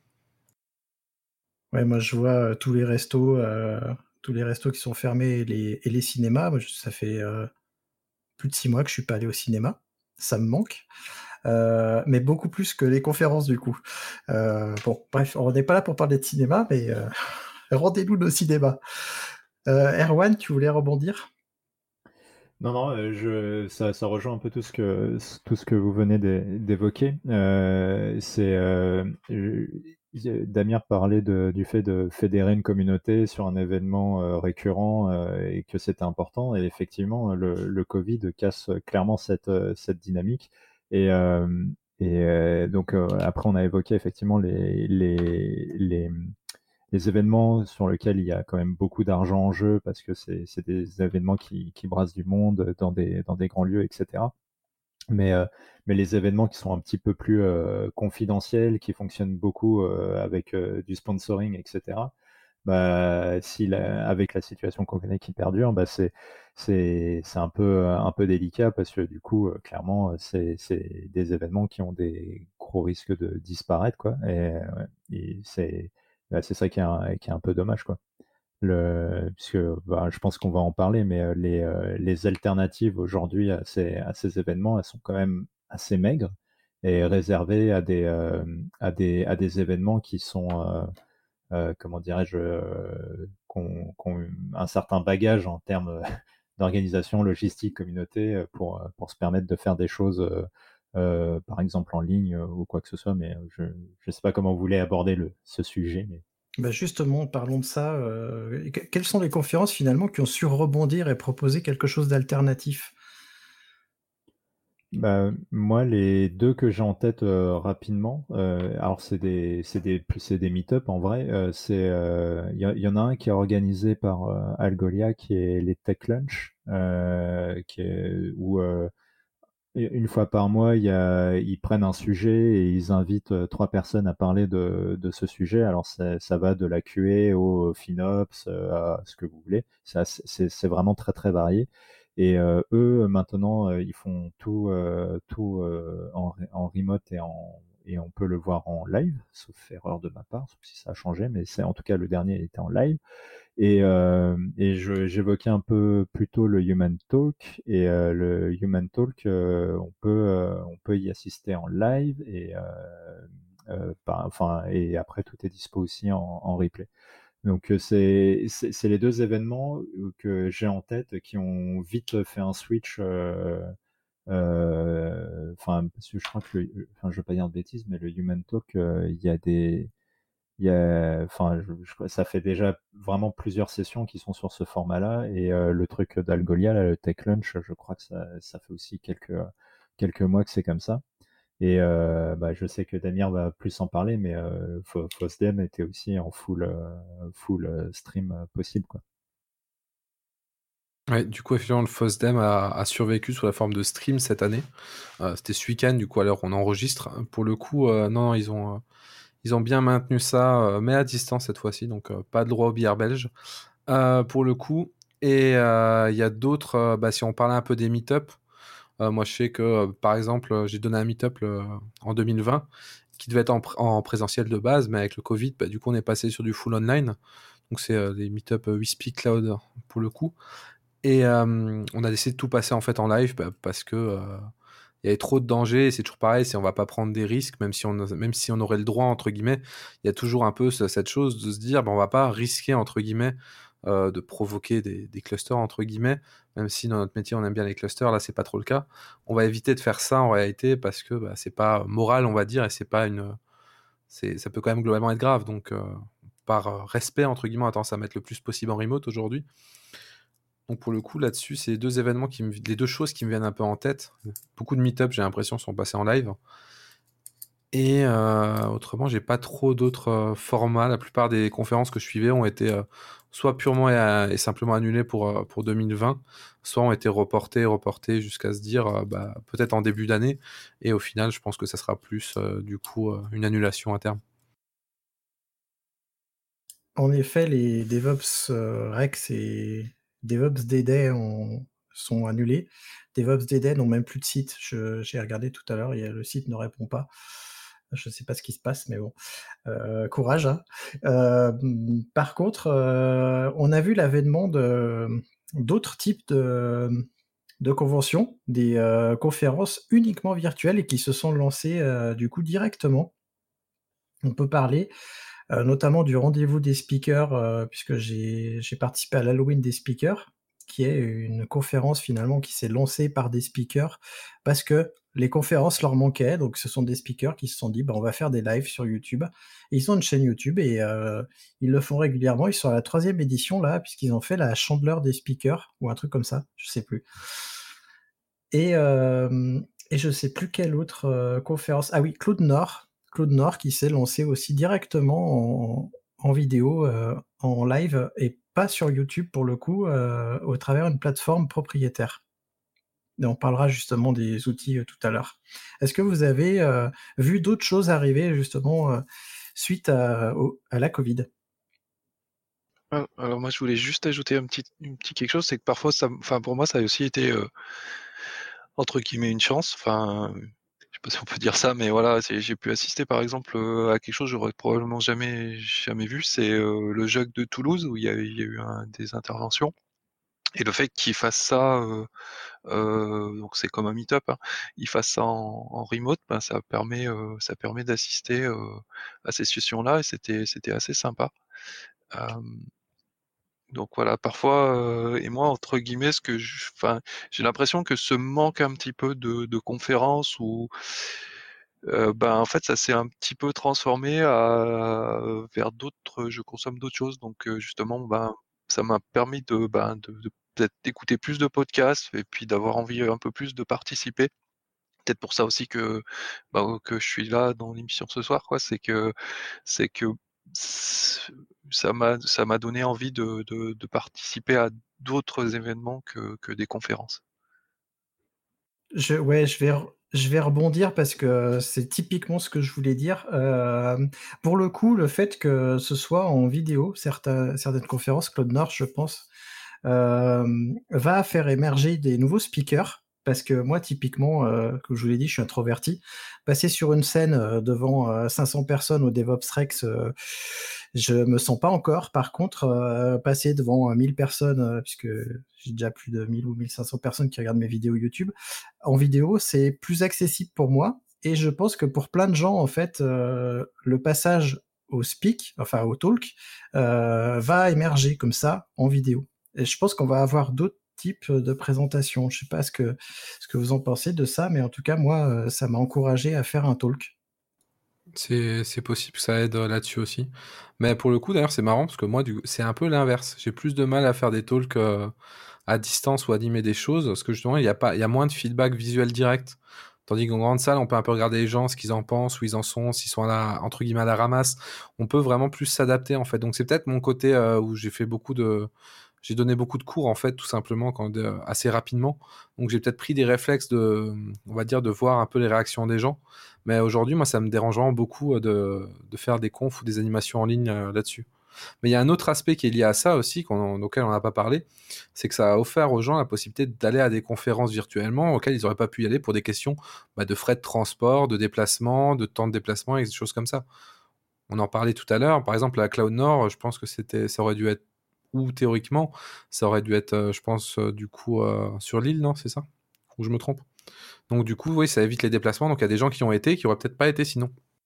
Ouais, moi, je vois euh, tous les restos, euh, tous les restos qui sont fermés et les, et les cinémas. Moi, je- ça fait euh, plus de six mois que je suis pas allé au cinéma. Ça me manque. Euh, mais beaucoup plus que les conférences, du coup. Euh, bon, bref, on n'est pas là pour parler de cinéma, mais euh, rendez-nous nos cinémas. Euh, Erwan, tu voulais rebondir? Non, non, euh, je, ça, ça rejoint un peu tout ce que, tout ce que vous venez d'é- d'évoquer. Euh, c'est, euh, je- il- Damir parlait de- du fait de fédérer une communauté sur un événement euh, récurrent euh, et que c'était important. Et effectivement, le, le Covid casse clairement cette, euh, cette dynamique. Et, euh, et euh, donc euh, après, on a évoqué effectivement les, les, les, les événements sur lesquels il y a quand même beaucoup d'argent en jeu parce que c'est c'est des événements qui, qui brassent du monde dans des, dans des grands lieux, et cetera. Mais, euh, mais les événements qui sont un petit peu plus euh, confidentiels, qui fonctionnent beaucoup euh, avec euh, du sponsoring, et cetera. Bah, si la- avec la situation qu'on connaît qui perdure, bah c'est c'est c'est un peu un peu délicat parce que du coup, euh, clairement, c'est c'est des événements qui ont des gros risques de disparaître, quoi. Et, ouais, et c'est bah, c'est ça qui est un, qui est un peu dommage, quoi. Le, puisque bah, je pense qu'on va en parler, mais euh, les, euh, les alternatives aujourd'hui à ces, à ces événements, elles sont quand même assez maigres et réservées à des, euh, à des, à des événements qui sont, euh, euh, comment dirais-je, euh, qu'on, qu'on un certain bagage en termes d'organisation, logistique, communauté, euh, pour, euh, pour se permettre de faire des choses, euh, euh, par exemple en ligne euh, ou quoi que ce soit. Mais euh, je ne sais pas comment vous voulez aborder le, ce sujet, mais Bah justement, parlons de ça. euh, que- quelles sont les conférences finalement qui ont su rebondir et proposer quelque chose d'alternatif? bah, moi, les deux que j'ai en tête euh, rapidement, euh, alors c'est des, c'est des, c'est des meet-up en vrai. euh, c'est, euh, il y, a- il y en a un qui est organisé par euh, Algolia, qui est les Tech Lunch, euh, qui est, où euh, une fois par mois, il y a, ils prennent un sujet et ils invitent euh, trois personnes à parler de, de ce sujet. Alors ça, ça va de la Q A au FinOps, euh, à ce que vous voulez. Ça, c'est c'est vraiment très très varié. Et euh, eux, maintenant, euh, ils font tout, euh, tout euh, en, en remote et, en, et on peut le voir en live, sauf erreur de ma part, sauf si ça a changé, mais c'est en tout cas le dernier il était en live. Et, euh, et je- j'évoquais un peu plus tôt le Human Talk. Et euh, le Human Talk, euh, on peut, euh, on peut y assister en live et, euh, euh, par- enfin, et après tout est dispo aussi en, en replay. Donc euh, c'est c'est c'est les deux événements euh, que j'ai en tête qui ont vite fait un switch. euh, euh, Enfin, parce que je crois que le, enfin, je veux pas dire de bêtises, mais le Human Talk, euh, il y a des il y a, enfin, je- je- ça fait déjà vraiment plusieurs sessions qui sont sur ce format-là. Et euh, le truc d'Algolia, là, le Tech Lunch, je crois que ça, ça fait aussi quelques, quelques mois que c'est comme ça. Et euh, bah, je sais que Damir va plus en parler, mais euh, Fo- FOSDEM était aussi en full, euh, full euh, stream euh, possible, quoi. Ouais, du coup, effectivement, le FOSDEM a, a survécu sous la forme de stream cette année. Euh, c'était ce week-end, du coup, à l'heure où on enregistre. Pour le coup, euh, non, ils ont, euh, ils ont bien maintenu ça, euh, mais à distance cette fois-ci, donc euh, pas de droit aux bières belges. Euh, pour le coup. Et euh, il y a d'autres, euh, bah, si on parlait un peu des meet-up, euh, moi je sais que, euh, par exemple, euh, j'ai donné un meet-up euh, en deux mille vingt qui devait être en, pr- en présentiel de base, mais avec le Covid, bah, du coup on est passé sur du full online. Donc c'est euh, des meet-up euh, Wispy Cloud pour le coup. Et euh, on a décidé de tout passer en fait en live bah, parce que euh, il y avait trop de dangers. Et c'est toujours pareil, si on va pas prendre des risques, même si on même si on aurait le droit entre guillemets, il y a toujours un peu ce- cette chose de se dire, bah, on va pas risquer entre guillemets euh, de provoquer des, des clusters entre guillemets, même si dans notre métier on aime bien les clusters, là c'est pas trop le cas. On va éviter de faire ça en réalité parce que bah, c'est pas moral on va dire et c'est pas une, c'est ça peut quand même globalement être grave. Donc euh, par euh, respect entre guillemets, on a tendance à mettre le plus possible en remote aujourd'hui. Donc pour le coup, là-dessus, c'est les deux événements qui me, les deux choses qui me viennent un peu en tête. Beaucoup de meet-up, j'ai l'impression, sont passés en live. Et euh, autrement, j'ai pas trop d'autres euh, formats. La plupart des conférences que je suivais ont été euh, soit purement et, euh, et simplement annulées pour, euh, pour deux mille vingt, soit ont été reportées, reportées jusqu'à se dire euh, bah, peut-être en début d'année. Et au final, je pense que ça sera plus euh, du coup euh, une annulation à terme. En effet, les DevOps euh, Rex et DevOps Day ont- sont annulés. DevOps Day n'ont même plus de site. Je- J'ai regardé tout à l'heure, il y a- le site ne répond pas. Je ne sais pas ce qui se passe, mais bon, euh, courage, hein. Euh, par contre, euh, on a vu l'avènement de d'autres types de, de conventions, des euh, conférences uniquement virtuelles et qui se sont lancées euh, du coup directement. On peut parler euh, notamment du rendez-vous des speakers, euh, puisque j'ai j'ai participé à l'Halloween des speakers, qui est une conférence finalement qui s'est lancée par des speakers, parce que les conférences leur manquaient, donc ce sont des speakers qui se sont dit, bah, on va faire des lives sur YouTube. Et ils ont une chaîne YouTube et euh, ils le font régulièrement. Ils sont à la troisième édition là, puisqu'ils ont fait la Chandeleur des speakers ou un truc comme ça, je sais plus. Et euh, et je sais plus quelle autre euh, conférence. Ah oui, Claude Nord, Claude Nord qui s'est lancé aussi directement en, en vidéo, euh, en live et pas sur YouTube pour le coup, euh, au travers d'une plateforme propriétaire. Et on parlera justement des outils euh, tout à l'heure. Est-ce que vous avez euh, vu d'autres choses arriver justement euh, suite à, au- à la Covid? Ah, alors moi je voulais juste ajouter un petit, un petit quelque chose, c'est que parfois, ça, enfin pour moi ça a aussi été euh, entre guillemets une chance. Enfin, je sais pas si on peut dire ça, mais voilà, c'est- j'ai pu assister par exemple euh, à quelque chose que j'aurais probablement jamais jamais vu. C'est euh, le Jug de Toulouse où il y a, il y a eu un- des interventions. Et le fait qu'ils fassent ça, euh, euh, donc c'est comme un meet-up, hein, ils fassent ça en, en remote, ben ça permet, euh, ça permet d'assister euh, à ces sessions-là et c'était, c'était assez sympa. Euh, donc voilà, parfois, euh, et moi entre guillemets, ce que, je- enfin, j'ai l'impression que ce manque un petit peu de, de conférences ou, euh, ben en fait, ça s'est un petit peu transformé à, vers d'autres, je consomme d'autres choses, donc euh, justement, ben ça m'a permis de, ben, de, de peut-être d'écouter plus de podcasts et puis d'avoir envie un peu plus de participer. Peut-être pour ça aussi que, bah, que je suis là dans l'émission ce soir, quoi. C'est que, c'est que c- ça m'a, ça m'a donné envie de, de, de participer à d'autres événements que, que des conférences. Je, ouais, je vais, re- je vais rebondir parce que c'est typiquement ce que je voulais dire. Euh, pour le coup, le fait que ce soit en vidéo, certains, certaines conférences, Claude Nord, je pense, euh, va faire émerger des nouveaux speakers. Parce que moi, typiquement, euh, comme je vous l'ai dit, je suis introverti. Passer sur une scène euh, devant euh, cinq cents personnes au DevOps Rex, euh, je me sens pas encore. Par contre, euh, passer devant euh, mille personnes, euh, puisque j'ai déjà plus de mille ou mille cinq cents personnes qui regardent mes vidéos YouTube, en vidéo, c'est plus accessible pour moi. Et je pense que pour plein de gens, en fait, euh, le passage au speak, enfin au talk, euh, va émerger comme ça en vidéo. Et je pense qu'on va avoir d'autres types de présentations. Je sais pas ce que, ce que vous en pensez de ça, mais en tout cas, moi, euh, ça m'a encouragé à faire un talk. C'est, c'est possible que ça aide euh, là-dessus aussi. Mais pour le coup, d'ailleurs, c'est marrant parce que moi, du, c'est un peu l'inverse. J'ai plus de mal à faire des talks euh, à distance ou animer des choses parce que justement, il y a pas, il y a moins de feedback visuel direct. Tandis qu'en grande salle, on peut un peu regarder les gens, ce qu'ils en pensent, où ils en sont, s'ils sont à la, entre guillemets à la ramasse. On peut vraiment plus s'adapter en fait. Donc c'est peut-être mon côté euh, où j'ai fait beaucoup de, j'ai donné beaucoup de cours en fait, tout simplement, quand, euh, assez rapidement. Donc j'ai peut-être pris des réflexes de, on va dire, de voir un peu les réactions des gens. Mais aujourd'hui, moi, ça me dérange vraiment beaucoup euh, de, de faire des confs ou des animations en ligne euh, là-dessus. Mais il y a un autre aspect qui est lié à ça aussi, qu'on, auquel on n'a pas parlé, c'est que ça a offert aux gens la possibilité d'aller à des conférences virtuellement auxquelles ils n'auraient pas pu y aller pour des questions bah, de frais de transport, de déplacement, de temps de déplacement et des choses comme ça. On en parlait tout à l'heure, par exemple, à Cloud Nord, je pense que c'était, ça aurait dû être, ou théoriquement, ça aurait dû être, euh, je pense, euh, du coup, euh, sur l'île, non, c'est ça? Ou je me trompe? Donc du coup, oui, ça évite les déplacements, donc il y a des gens qui ont été, qui auraient peut-être pas été sinon.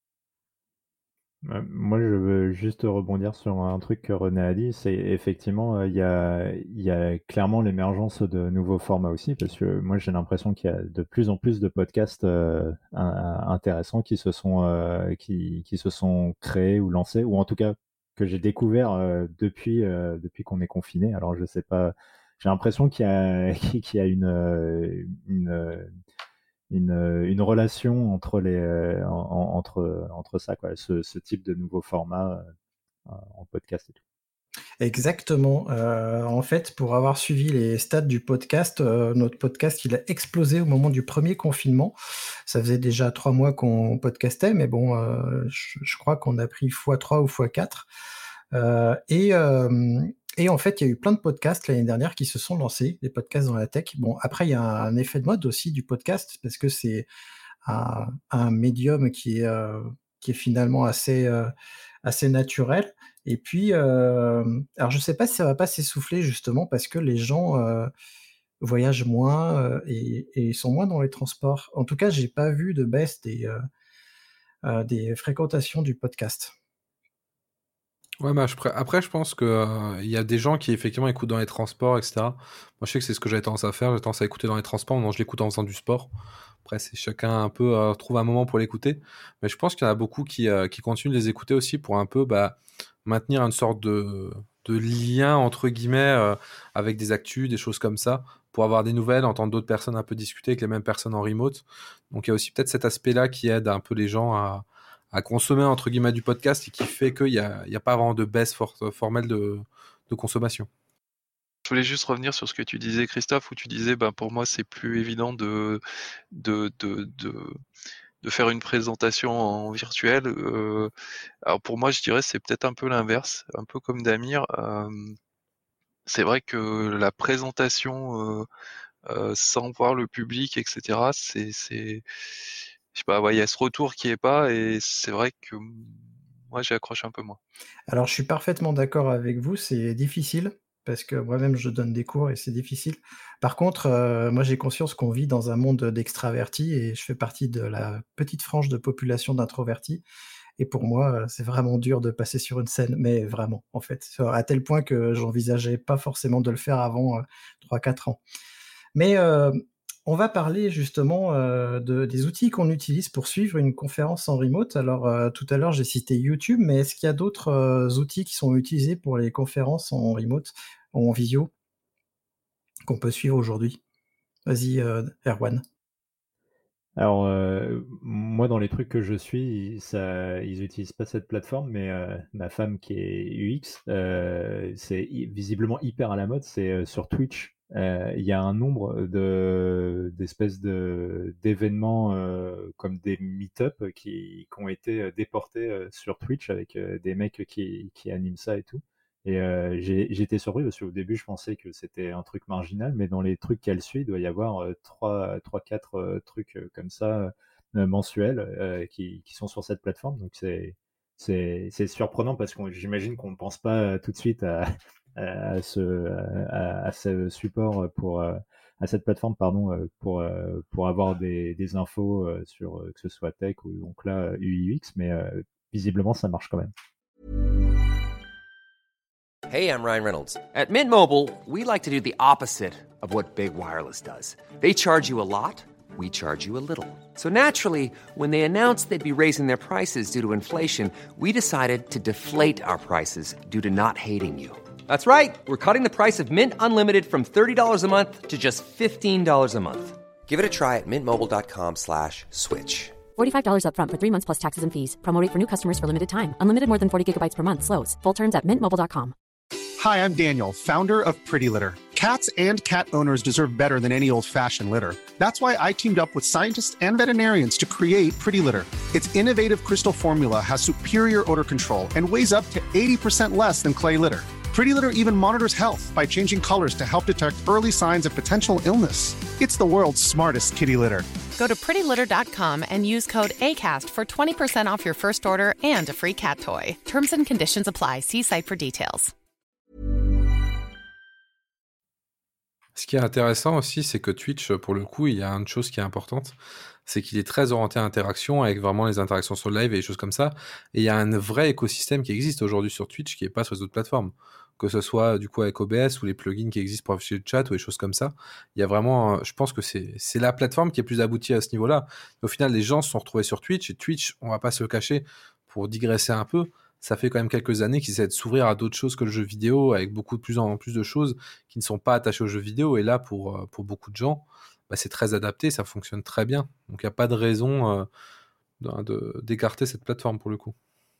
Euh, Moi, je veux juste rebondir sur un truc que René a dit. C'est effectivement, euh, il y a, il y a clairement l'émergence de nouveaux formats aussi, parce que moi, j'ai l'impression qu'il y a de plus en plus de podcasts euh, in- intéressants qui se sont, euh, qui, qui se sont créés ou lancés, ou en tout cas que j'ai découvert euh, depuis, euh, depuis qu'on est confiné. Alors, je sais pas, j'ai l'impression qu'il y a, qu'il y a une, euh, une, une, euh, une relation entre les euh, en- entre entre ça quoi, ce, ce type de nouveau format euh, en podcast et tout. Exactement. Euh, en fait, pour avoir suivi les stats du podcast, euh, notre podcast, il a explosé au moment du premier confinement. Ça faisait déjà trois mois qu'on podcastait, mais bon, euh, je, je crois qu'on a pris fois trois ou fois quatre. Euh, et, euh, et en fait, il y a eu plein de podcasts l'année dernière qui se sont lancés, des podcasts dans la tech. Bon, après, il y a un, un effet de mode aussi du podcast, parce que c'est un, un médium qui est, euh, qui est finalement assez, euh, assez naturel. Et puis, euh, alors je sais pas si ça va pas s'essouffler justement parce que les gens euh, voyagent moins euh, et, et sont moins dans les transports. En tout cas, j'ai pas vu de baisse des, euh, euh, des fréquentations du podcast. Ouais, bah, je pr- après, je pense qu'il euh, y a des gens qui effectivement écoutent dans les transports, et cetera. Moi, je sais que c'est ce que j'avais tendance à faire. J'ai tendance à écouter dans les transports. Non, je l'écoute en faisant du sport. Après, c'est chacun un peu euh, trouve un moment pour l'écouter. Mais je pense qu'il y en a beaucoup qui, euh, qui continuent de les écouter aussi pour un peu bah, maintenir une sorte de, de lien, entre guillemets, euh, avec des actus, des choses comme ça, pour avoir des nouvelles, entendre d'autres personnes un peu discuter avec les mêmes personnes en remote. Donc, il y a aussi peut-être cet aspect-là qui aide un peu les gens à à consommer entre guillemets du podcast et qui fait qu'il n'y a, il y a pas vraiment de baisse for- formelle de, de consommation. Je voulais juste revenir sur ce que tu disais, Christophe, où tu disais, ben, pour moi, c'est plus évident de, de, de, de, de faire une présentation en virtuel. Euh, alors pour moi, je dirais c'est peut-être un peu l'inverse, un peu comme Damir. Euh, c'est vrai que la présentation euh, euh, sans voir le public, et cetera, c'est, c'est, je sais pas, ouais, il y a ce retour qui est pas, et c'est vrai que moi, j'y accroche un peu moins. Alors, je suis parfaitement d'accord avec vous, c'est difficile, parce que moi-même, je donne des cours et c'est difficile. Par contre, euh, moi, j'ai conscience qu'on vit dans un monde d'extravertis et je fais partie de la petite frange de population d'introvertis. Et pour moi, euh, c'est vraiment dur de passer sur une scène, mais vraiment, en fait, à tel point que j'envisageais pas forcément de le faire avant euh, trois quatre ans. Mais euh, on va parler justement euh, de, des outils qu'on utilise pour suivre une conférence en remote. Alors, euh, tout à l'heure, j'ai cité YouTube, mais est-ce qu'il y a d'autres euh, outils qui sont utilisés pour les conférences en remote, en visio, qu'on peut suivre aujourd'hui? Vas-y, euh, Erwan. Alors, euh, moi, dans les trucs que je suis, ça, ils utilisent pas cette plateforme, mais euh, ma femme qui est U X, euh, c'est hi- visiblement hyper à la mode, c'est euh, sur Twitch. Euh, Il y a un nombre de d'espèces de d'événements euh, comme des meet-up qui, qui ont été euh, déportés euh, sur Twitch avec euh, des mecs qui, qui animent ça et tout. Et euh, j'ai j'ai été surpris parce qu'au début, je pensais que c'était un truc marginal, mais dans les trucs qu'elle suit, il doit y avoir euh, trois, trois, quatre euh, trucs euh, comme ça euh, mensuels euh, qui, qui sont sur cette plateforme. Donc c'est c'est c'est surprenant parce que j'imagine qu'on ne pense pas euh, tout de suite à, à ce à, à ce support pour euh, à cette plateforme pardon euh, pour euh, pour avoir des, des infos euh, sur euh, que ce soit tech ou donc là U X, mais euh, visiblement ça marche quand même. Hey, I'm Ryan Reynolds. At Mint Mobile, we like to do the opposite of what Big Wireless does. They charge you a lot, we charge you a little. So naturally, when they announced they'd be raising their prices due to inflation, we decided to deflate our prices due to not hating you. That's right. We're cutting the price of Mint Unlimited from thirty dollars a month to just fifteen dollars a month. Give it a try at mintmobile.com slash switch. forty-five dollars up front for three months plus taxes and fees. Promo rate for new customers for limited time. Unlimited more than forty gigabytes per month slows. Full terms at mint mobile dot com. Hi, I'm Daniel, founder of Pretty Litter. Cats and cat owners deserve better than any old-fashioned litter. That's why I teamed up with scientists and veterinarians to create Pretty Litter. Its innovative crystal formula has superior odor control and weighs up to eighty percent less than clay litter. Pretty Litter even monitors health by changing colors to help detect early signs of potential illness. It's the world's smartest kitty litter. Go to pretty litter dot com and use code ACAST for twenty percent off your first order and a free cat toy. Terms and conditions apply. See site for details. Ce qui est intéressant aussi, c'est que Twitch, pour le coup, il y a une chose qui est importante, c'est qu'il est très orienté à interaction, avec vraiment les interactions sur le live et des choses comme ça. Et il y a un vrai écosystème qui existe aujourd'hui sur Twitch qui n'est pas sur les autres plateformes. Que ce soit du coup avec O B S ou les plugins qui existent pour afficher le chat ou des choses comme ça. Il y a vraiment, je pense que c'est, c'est la plateforme qui est plus aboutie à ce niveau-là. Au final, les gens se sont retrouvés sur Twitch, et Twitch, on va pas se le cacher, pour digresser un peu, ça fait quand même quelques années qu'ils essaient de s'ouvrir à d'autres choses que le jeu vidéo, avec beaucoup de plus en plus de choses qui ne sont pas attachées au jeu vidéo. Et là, pour, pour beaucoup de gens, bah, c'est très adapté, ça fonctionne très bien. Donc il n'y a pas de raison euh, de, de, d'écarter cette plateforme pour le coup.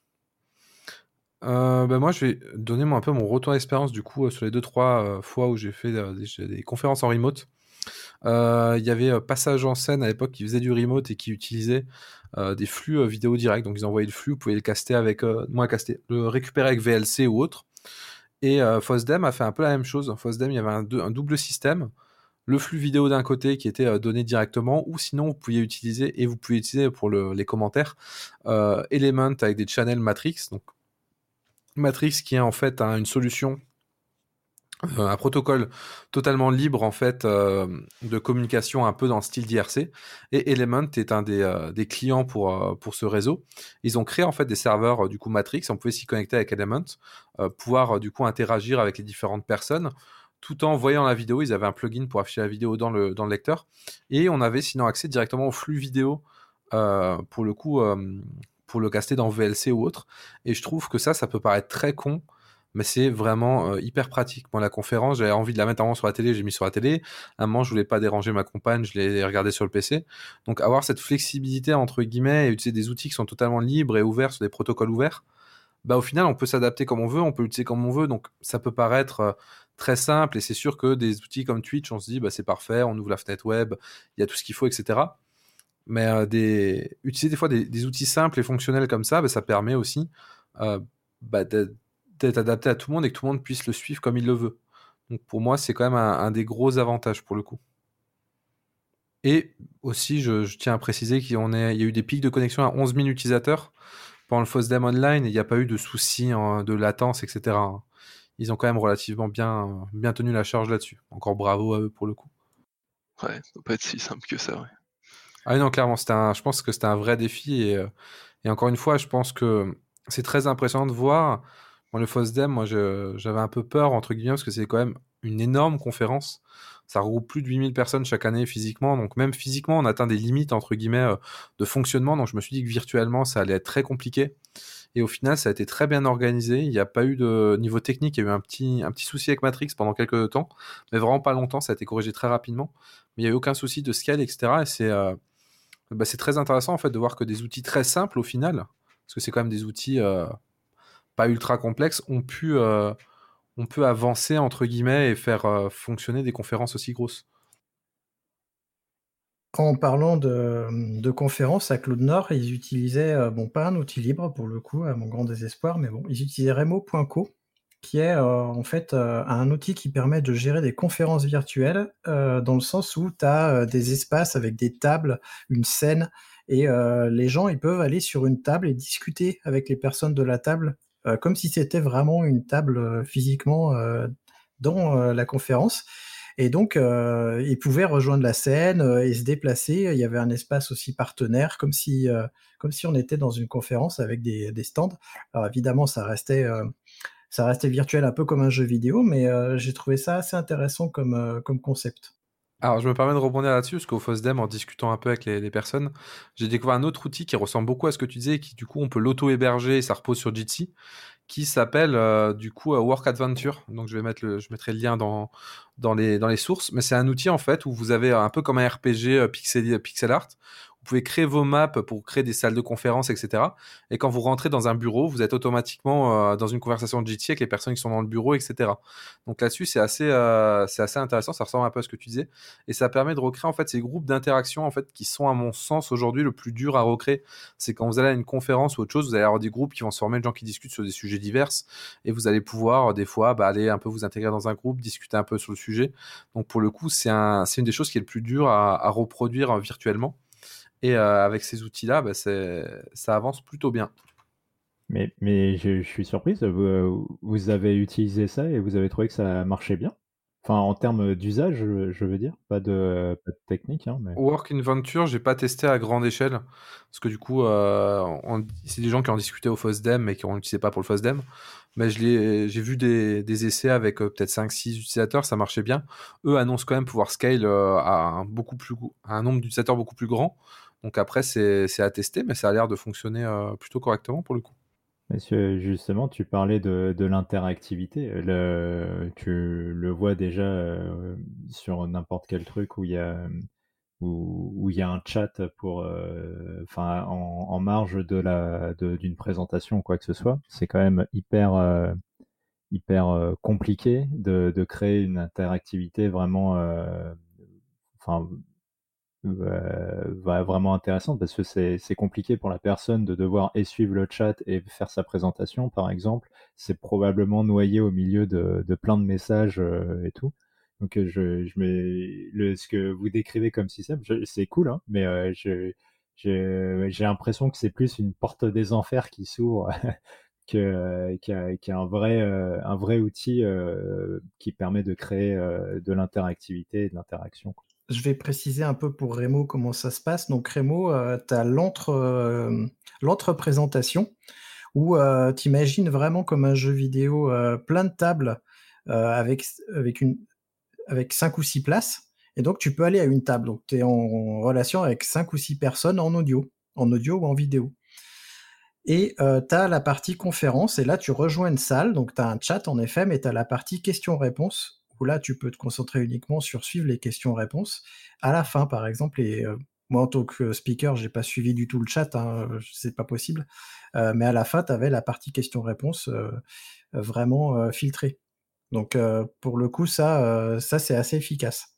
Euh, bah moi, je vais donner moi, un peu mon retour d'expérience du coup euh, sur les deux trois euh, fois où j'ai fait euh, des, des conférences en remote. Il euh, y avait euh, Passage en scène à l'époque qui faisait du remote et qui utilisait euh, des flux euh, vidéo direct. Donc ils envoyaient le flux, vous pouvez le caster avec, euh, moins caster, le récupérer avec V L C ou autre. Et euh, Fosdem a fait un peu la même chose. Fosdem, il y avait un, un double système. Le flux vidéo d'un côté qui était euh, donné directement, ou sinon vous pouviez utiliser, et vous pouvez utiliser pour le, les commentaires, euh, Element avec des channels Matrix. Donc Matrix qui est en fait hein, une solution euh, un protocole totalement libre en fait euh, de communication un peu dans le style d'I R C. Et Element est un des, euh, des clients pour, euh, pour ce réseau. Ils ont créé en fait des serveurs euh, du coup Matrix. On pouvait s'y connecter avec Element, euh, pouvoir euh, du coup interagir avec les différentes personnes. Tout en voyant la vidéo, ils avaient un plugin pour afficher la vidéo dans le, dans le lecteur. Et on avait sinon accès directement au flux vidéo euh, pour le coup, euh, pour le caster dans V L C ou autre. Et je trouve que ça, ça peut paraître très con, mais c'est vraiment euh, hyper pratique. Moi, la conférence, j'avais envie de la mettre avant sur la télé, j'ai mis sur la télé. À un moment, je voulais pas déranger ma compagne, je l'ai regardé sur le P C. Donc, avoir cette flexibilité, entre guillemets, et utiliser des outils qui sont totalement libres et ouverts sur des protocoles ouverts, bah, au final, on peut s'adapter comme on veut, on peut l'utiliser comme on veut. Donc, ça peut paraître euh, très simple, et c'est sûr que des outils comme Twitch, on se dit, bah, c'est parfait, on ouvre la fenêtre web, il y a tout ce qu'il faut, et cetera. Mais euh, des... utiliser des fois des, des outils simples et fonctionnels comme ça, bah, ça permet aussi euh, bah, d'être d'être adapté à tout le monde et que tout le monde puisse le suivre comme il le veut. Donc pour moi, c'est quand même un, un des gros avantages pour le coup. Et aussi, je, je tiens à préciser qu'il y, en est, il y a eu des pics de connexion à onze mille utilisateurs pendant le FOSDEM Online et il n'y a pas eu de soucis hein, de latence, et cetera. Ils ont quand même relativement bien, bien tenu la charge là-dessus. Encore bravo à eux pour le coup. Ouais, ça doit pas être si simple que ça, ouais. Ah oui, non, clairement, c'était un, je pense que c'était un vrai défi et, euh, et encore une fois, je pense que c'est très impressionnant de voir. Moi, le FOSDEM, moi, je- j'avais un peu peur, entre guillemets, parce que c'est quand même une énorme conférence. Ça regroupe plus de huit mille personnes chaque année physiquement. Donc, même physiquement, on atteint des limites, entre guillemets, euh, de fonctionnement. Donc, je me suis dit que virtuellement, ça allait être très compliqué. Et au final, ça a été très bien organisé. Il n'y a pas eu de niveau technique. Il y a eu un petit, un petit souci avec Matrix pendant quelques temps, mais vraiment pas longtemps. Ça a été corrigé très rapidement. Mais il n'y a eu aucun souci de scale, et cetera. Et c'est euh, bah, c'est très intéressant, en fait, de voir que des outils très simples, au final, parce que c'est quand même des outils euh, pas ultra complexes, ont pu, euh, on peut avancer, entre guillemets, et faire euh, fonctionner des conférences aussi grosses. En parlant de, de conférences à Claude Nord, ils utilisaient, euh, bon, pas un outil libre pour le coup, à mon grand désespoir, mais bon, ils utilisaient Remo point co, qui est euh, en fait euh, un outil qui permet de gérer des conférences virtuelles, euh, dans le sens où tu as euh, des espaces avec des tables, une scène, et euh, les gens ils peuvent aller sur une table et discuter avec les personnes de la table, euh, comme si c'était vraiment une table euh, physiquement euh, dans euh, la conférence. Et donc, euh, ils pouvaient rejoindre la scène euh, et se déplacer. Il y avait un espace aussi partenaire, comme si, euh, comme si on était dans une conférence avec des, des stands. Alors évidemment, ça restait, euh, ça restait virtuel, un peu comme un jeu vidéo, mais euh, j'ai trouvé ça assez intéressant comme, euh, comme concept. Alors, je me permets de rebondir là-dessus, parce qu'au FOSDEM, en discutant un peu avec les, les personnes, j'ai découvert un autre outil qui ressemble beaucoup à ce que tu disais, et qui, du coup, on peut l'auto-héberger, et ça repose sur Jitsi, qui s'appelle, euh, du coup, euh, Work Adventure. Donc, je vais mettre le, je mettrai le lien dans, dans les, dans les sources. Mais c'est un outil, en fait, où vous avez un peu comme un R P G euh, pixel, pixel art. Vous pouvez créer vos maps pour créer des salles de conférence, et cetera. Et quand vous rentrez dans un bureau, vous êtes automatiquement euh, dans une conversation de G T avec les personnes qui sont dans le bureau, et cetera. Donc là-dessus, c'est assez, euh, c'est assez intéressant. Ça ressemble un peu à ce que tu disais. Et ça permet de recréer en fait ces groupes d'interaction en fait qui sont à mon sens aujourd'hui le plus dur à recréer. C'est quand vous allez à une conférence ou autre chose, vous allez avoir des groupes qui vont se former de gens qui discutent sur des sujets divers et vous allez pouvoir des fois bah, aller un peu vous intégrer dans un groupe, discuter un peu sur le sujet. Donc pour le coup, c'est un, c'est une des choses qui est le plus dur à, à reproduire euh, virtuellement. Et euh, avec ces outils-là, bah, c'est, ça avance plutôt bien. Mais, mais je, je suis surprise, vous, vous avez utilisé ça et vous avez trouvé que ça marchait bien? Enfin, en termes d'usage, je, je veux dire, pas de, pas de technique, hein, mais... Work Inventure, j'ai pas testé à grande échelle parce que du coup, euh, on- c'est des gens qui en discutaient au FOSDEM mais qui en utilisaient pas pour le FOSDEM. Mais je l'ai, j'ai vu des, des essais avec euh, peut-être cinq six utilisateurs, ça marchait bien. Eux annoncent quand même pouvoir scale euh, à un beaucoup plus, à un nombre d'utilisateurs beaucoup plus grand. Donc après, c'est, c'est à tester, mais ça a l'air de fonctionner euh, plutôt correctement pour le coup. Monsieur, justement, tu parlais de, de l'interactivité. Le, tu le vois déjà euh, sur n'importe quel truc où il y a, où, où il y a un chat pour, euh, enfin, en, en marge de la, de- d'une présentation ou quoi que ce soit. C'est quand même hyper, euh, hyper euh, compliqué de, de créer une interactivité vraiment, euh, enfin, euh, va- vraiment intéressante parce que c'est c'est compliqué pour la personne de devoir et suivre le chat et faire sa présentation, par exemple. C'est probablement noyé au milieu de, de plein de messages euh, et tout. Donc euh, je, je mets le, ce que vous décrivez comme système, je- c'est cool, hein, mais euh, je, je- j'ai l'impression que c'est plus une porte des enfers qui s'ouvre que, qui, a, qui a un vrai, euh, un vrai outil euh, qui permet de créer euh, de l'interactivité et de l'interaction. Je vais préciser un peu pour Rémo comment ça se passe. Donc Rémo, euh, tu as l'entre, euh, l'entre-présentation où euh, tu imagines vraiment comme un jeu vidéo euh, plein de tables euh, avec, avec, une, avec cinq ou six places. Et donc tu peux aller à une table. Donc tu es en relation avec cinq ou six personnes en audio, en audio ou en vidéo. Et euh, tu as la partie conférence, et là tu rejoins une salle, donc tu as un chat en effet, mais tu as la partie questions-réponses, où là tu peux te concentrer uniquement sur suivre les questions-réponses. À la fin, par exemple, et euh, moi en tant que speaker, j'ai pas suivi du tout le chat, hein, c'est pas possible, euh, mais à la fin, tu avais la partie questions-réponses euh, vraiment euh, filtrée. Donc euh, pour le coup, ça, euh, ça c'est assez efficace.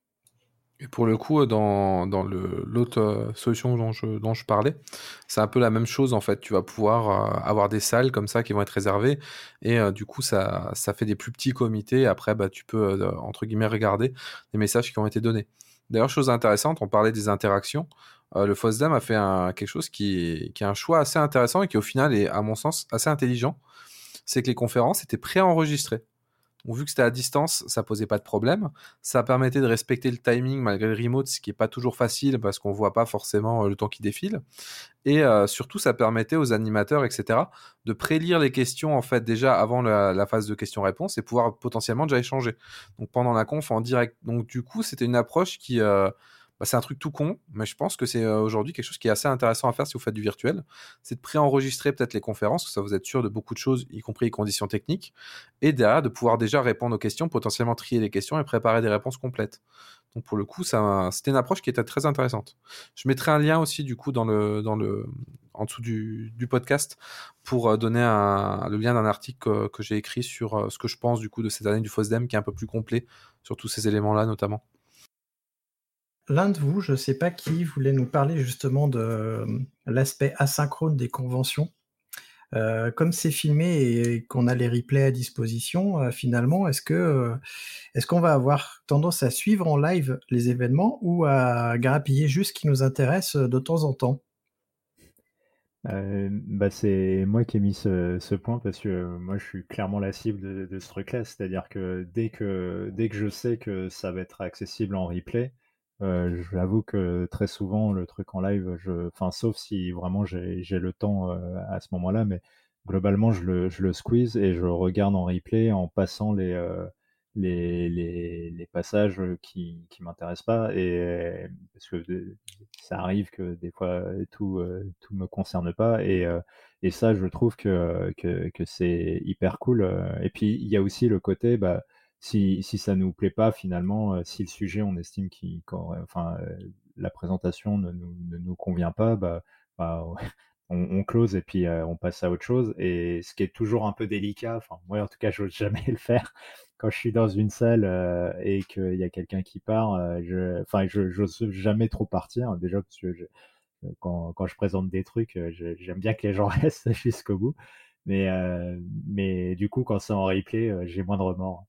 Et pour le coup, dans, dans le, l'autre euh, solution dont je, dont je parlais, c'est un peu la même chose en fait. Tu vas pouvoir euh, avoir des salles comme ça qui vont être réservées et euh, du coup, ça, ça fait des plus petits comités. Après, bah, tu peux, euh, entre guillemets, regarder les messages qui ont été donnés. D'ailleurs, chose intéressante, on parlait des interactions. Euh, le FOSDEM a fait un, quelque chose qui, qui est un choix assez intéressant et qui au final est, à mon sens, assez intelligent. C'est que les conférences étaient préenregistrées. Donc, vu que c'était à distance, ça posait pas de problème. Ça permettait de respecter le timing malgré le remote, ce qui est pas toujours facile parce qu'on voit pas forcément le temps qui défile. Et euh, surtout, ça permettait aux animateurs, et cetera, de prélire les questions en fait déjà avant la, la phase de questions-réponses et pouvoir potentiellement déjà échanger. Donc pendant la conf en direct. Donc du coup, c'était une approche qui euh, bah, c'est un truc tout con, mais je pense que c'est euh, aujourd'hui quelque chose qui est assez intéressant à faire si vous faites du virtuel. C'est de préenregistrer peut-être les conférences, ça vous êtes sûr de beaucoup de choses, y compris les conditions techniques, et derrière de pouvoir déjà répondre aux questions, potentiellement trier les questions et préparer des réponses complètes. Donc pour le coup, ça, c'était une approche qui était très intéressante. Je mettrai un lien aussi du coup dans le, dans le, en dessous du, du podcast pour donner un, le lien d'un article que, que j'ai écrit sur ce que je pense du coup de cette année du FOSDEM qui est un peu plus complet sur tous ces éléments-là notamment. L'un de vous, je ne sais pas qui, voulait nous parler justement de euh, l'aspect asynchrone des conventions. Euh, comme c'est filmé et qu'on a les replays à disposition, euh, finalement, est-ce que euh, est-ce qu'on va avoir tendance à suivre en live les événements ou à grappiller juste ce qui nous intéresse de temps en temps ? Euh, bah c'est moi qui ai mis ce, ce point parce que euh, moi je suis clairement la cible de, de ce truc-là, c'est-à-dire que dès que dès que je sais que ça va être accessible en replay, euh, j'avoue que très souvent le truc en live, je, enfin sauf si vraiment j'ai j'ai le temps euh, à ce moment-là, mais globalement je le je le squeeze et je regarde en replay en passant les euh, les, les, les passages qui qui m'intéressent pas et parce que de, ça arrive que des fois tout euh, tout me concerne pas et euh, et ça je trouve que que, que c'est hyper cool et puis il y a aussi le côté bah si si ça nous plaît pas finalement euh, si le sujet on estime qu'il enfin euh, la présentation ne nous ne nous convient pas bah, bah on, on close et puis euh, on passe à autre chose et ce qui est toujours un peu délicat enfin moi en tout cas j'ose jamais le faire quand je suis dans une salle euh, et qu'il y a quelqu'un qui part, euh, je, enfin, je j'ose jamais trop partir déjà parce que je, quand, quand je présente des trucs, je, j'aime bien que les gens restent jusqu'au bout. Mais euh, mais du coup, quand c'est en replay, euh, j'ai moins de remords.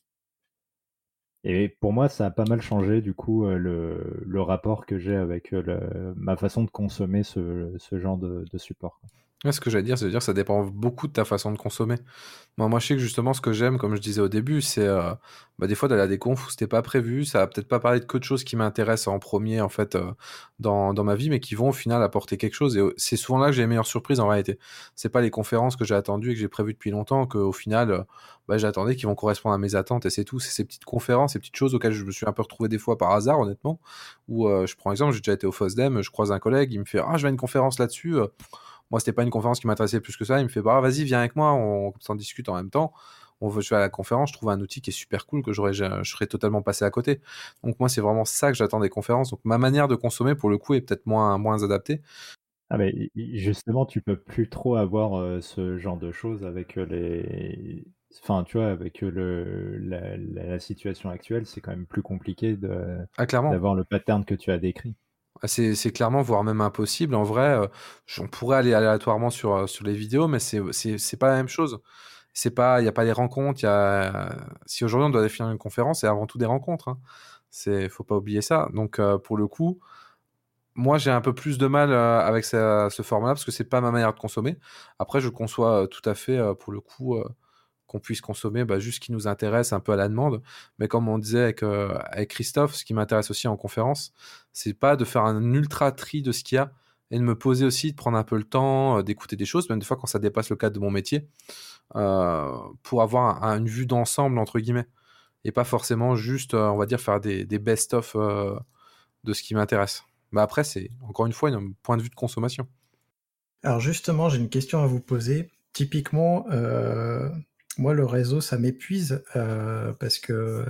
Et pour moi, ça a pas mal changé du coup euh, le, le rapport que j'ai avec euh, le, ma façon de consommer ce, ce genre de, de support. Quoi. Ouais, ce que j'allais dire, c'est de dire que ça dépend beaucoup de ta façon de consommer. Moi, moi, je sais que justement, ce que j'aime, comme je disais au début, c'est euh, bah, des fois d'aller à des confs où c'était pas prévu, ça va peut-être pas parler de que de choses qui m'intéressent en premier, en fait, euh, dans, dans ma vie, mais qui vont au final apporter quelque chose. Et c'est souvent là que j'ai les meilleures surprises en réalité. C'est pas les conférences que j'ai attendues et que j'ai prévues depuis longtemps, qu'au final, euh, bah, j'attendais qui vont correspondre à mes attentes et c'est tout. C'est ces petites conférences, ces petites choses auxquelles je me suis un peu retrouvé des fois par hasard, honnêtement. Où euh, je prends exemple, j'ai déjà été au FOSDEM, je croise un collègue, il me fait ah, je vais à une conférence là-dessus. Euh, Moi, c'était pas une conférence qui m'intéressait plus que ça. Il me fait, bah, vas-y, viens avec moi, on s'en discute en même temps. On veut, je vais à la conférence, je trouve un outil qui est super cool que j'aurais, je serais totalement passé à côté. Donc, moi, c'est vraiment ça que j'attends des conférences. Donc, ma manière de consommer, pour le coup, est peut-être moins, moins adaptée. Ah, mais justement, tu peux plus trop avoir euh, ce genre de choses avec les. Enfin, tu vois, avec le, la, la, la situation actuelle, c'est quand même plus compliqué de, ah, clairement. d'avoir le pattern que tu as décrit. C'est, c'est clairement, voire même impossible. En vrai, euh, on pourrait aller aléatoirement sur, euh, sur les vidéos, mais c'est, c'est, c'est pas la même chose. C'est pas, il n'y a pas les rencontres. Y a... Si aujourd'hui on doit définir une conférence, c'est avant tout des rencontres. Hein. C'est, faut pas oublier ça. Donc, euh, pour le coup, moi, j'ai un peu plus de mal euh, avec ce, ce format-là parce que c'est pas ma manière de consommer. Après, je conçois euh, tout à fait, euh, pour le coup, euh, qu'on puisse consommer bah, juste ce qui nous intéresse un peu à la demande. Mais comme on disait avec, euh, avec Christophe, ce qui m'intéresse aussi en conférence, c'est pas de faire un ultra tri de ce qu'il y a et de me poser aussi, de prendre un peu le temps, euh, d'écouter des choses, même des fois quand ça dépasse le cadre de mon métier, euh, pour avoir un- un- une vue d'ensemble, entre guillemets. Et pas forcément juste, euh, on va dire, faire des, des best-of euh, de ce qui m'intéresse. Mais après, c'est encore une fois un point de vue de consommation. Alors justement, j'ai une question à vous poser. Typiquement, euh, moi, le réseau, ça m'épuise euh, parce que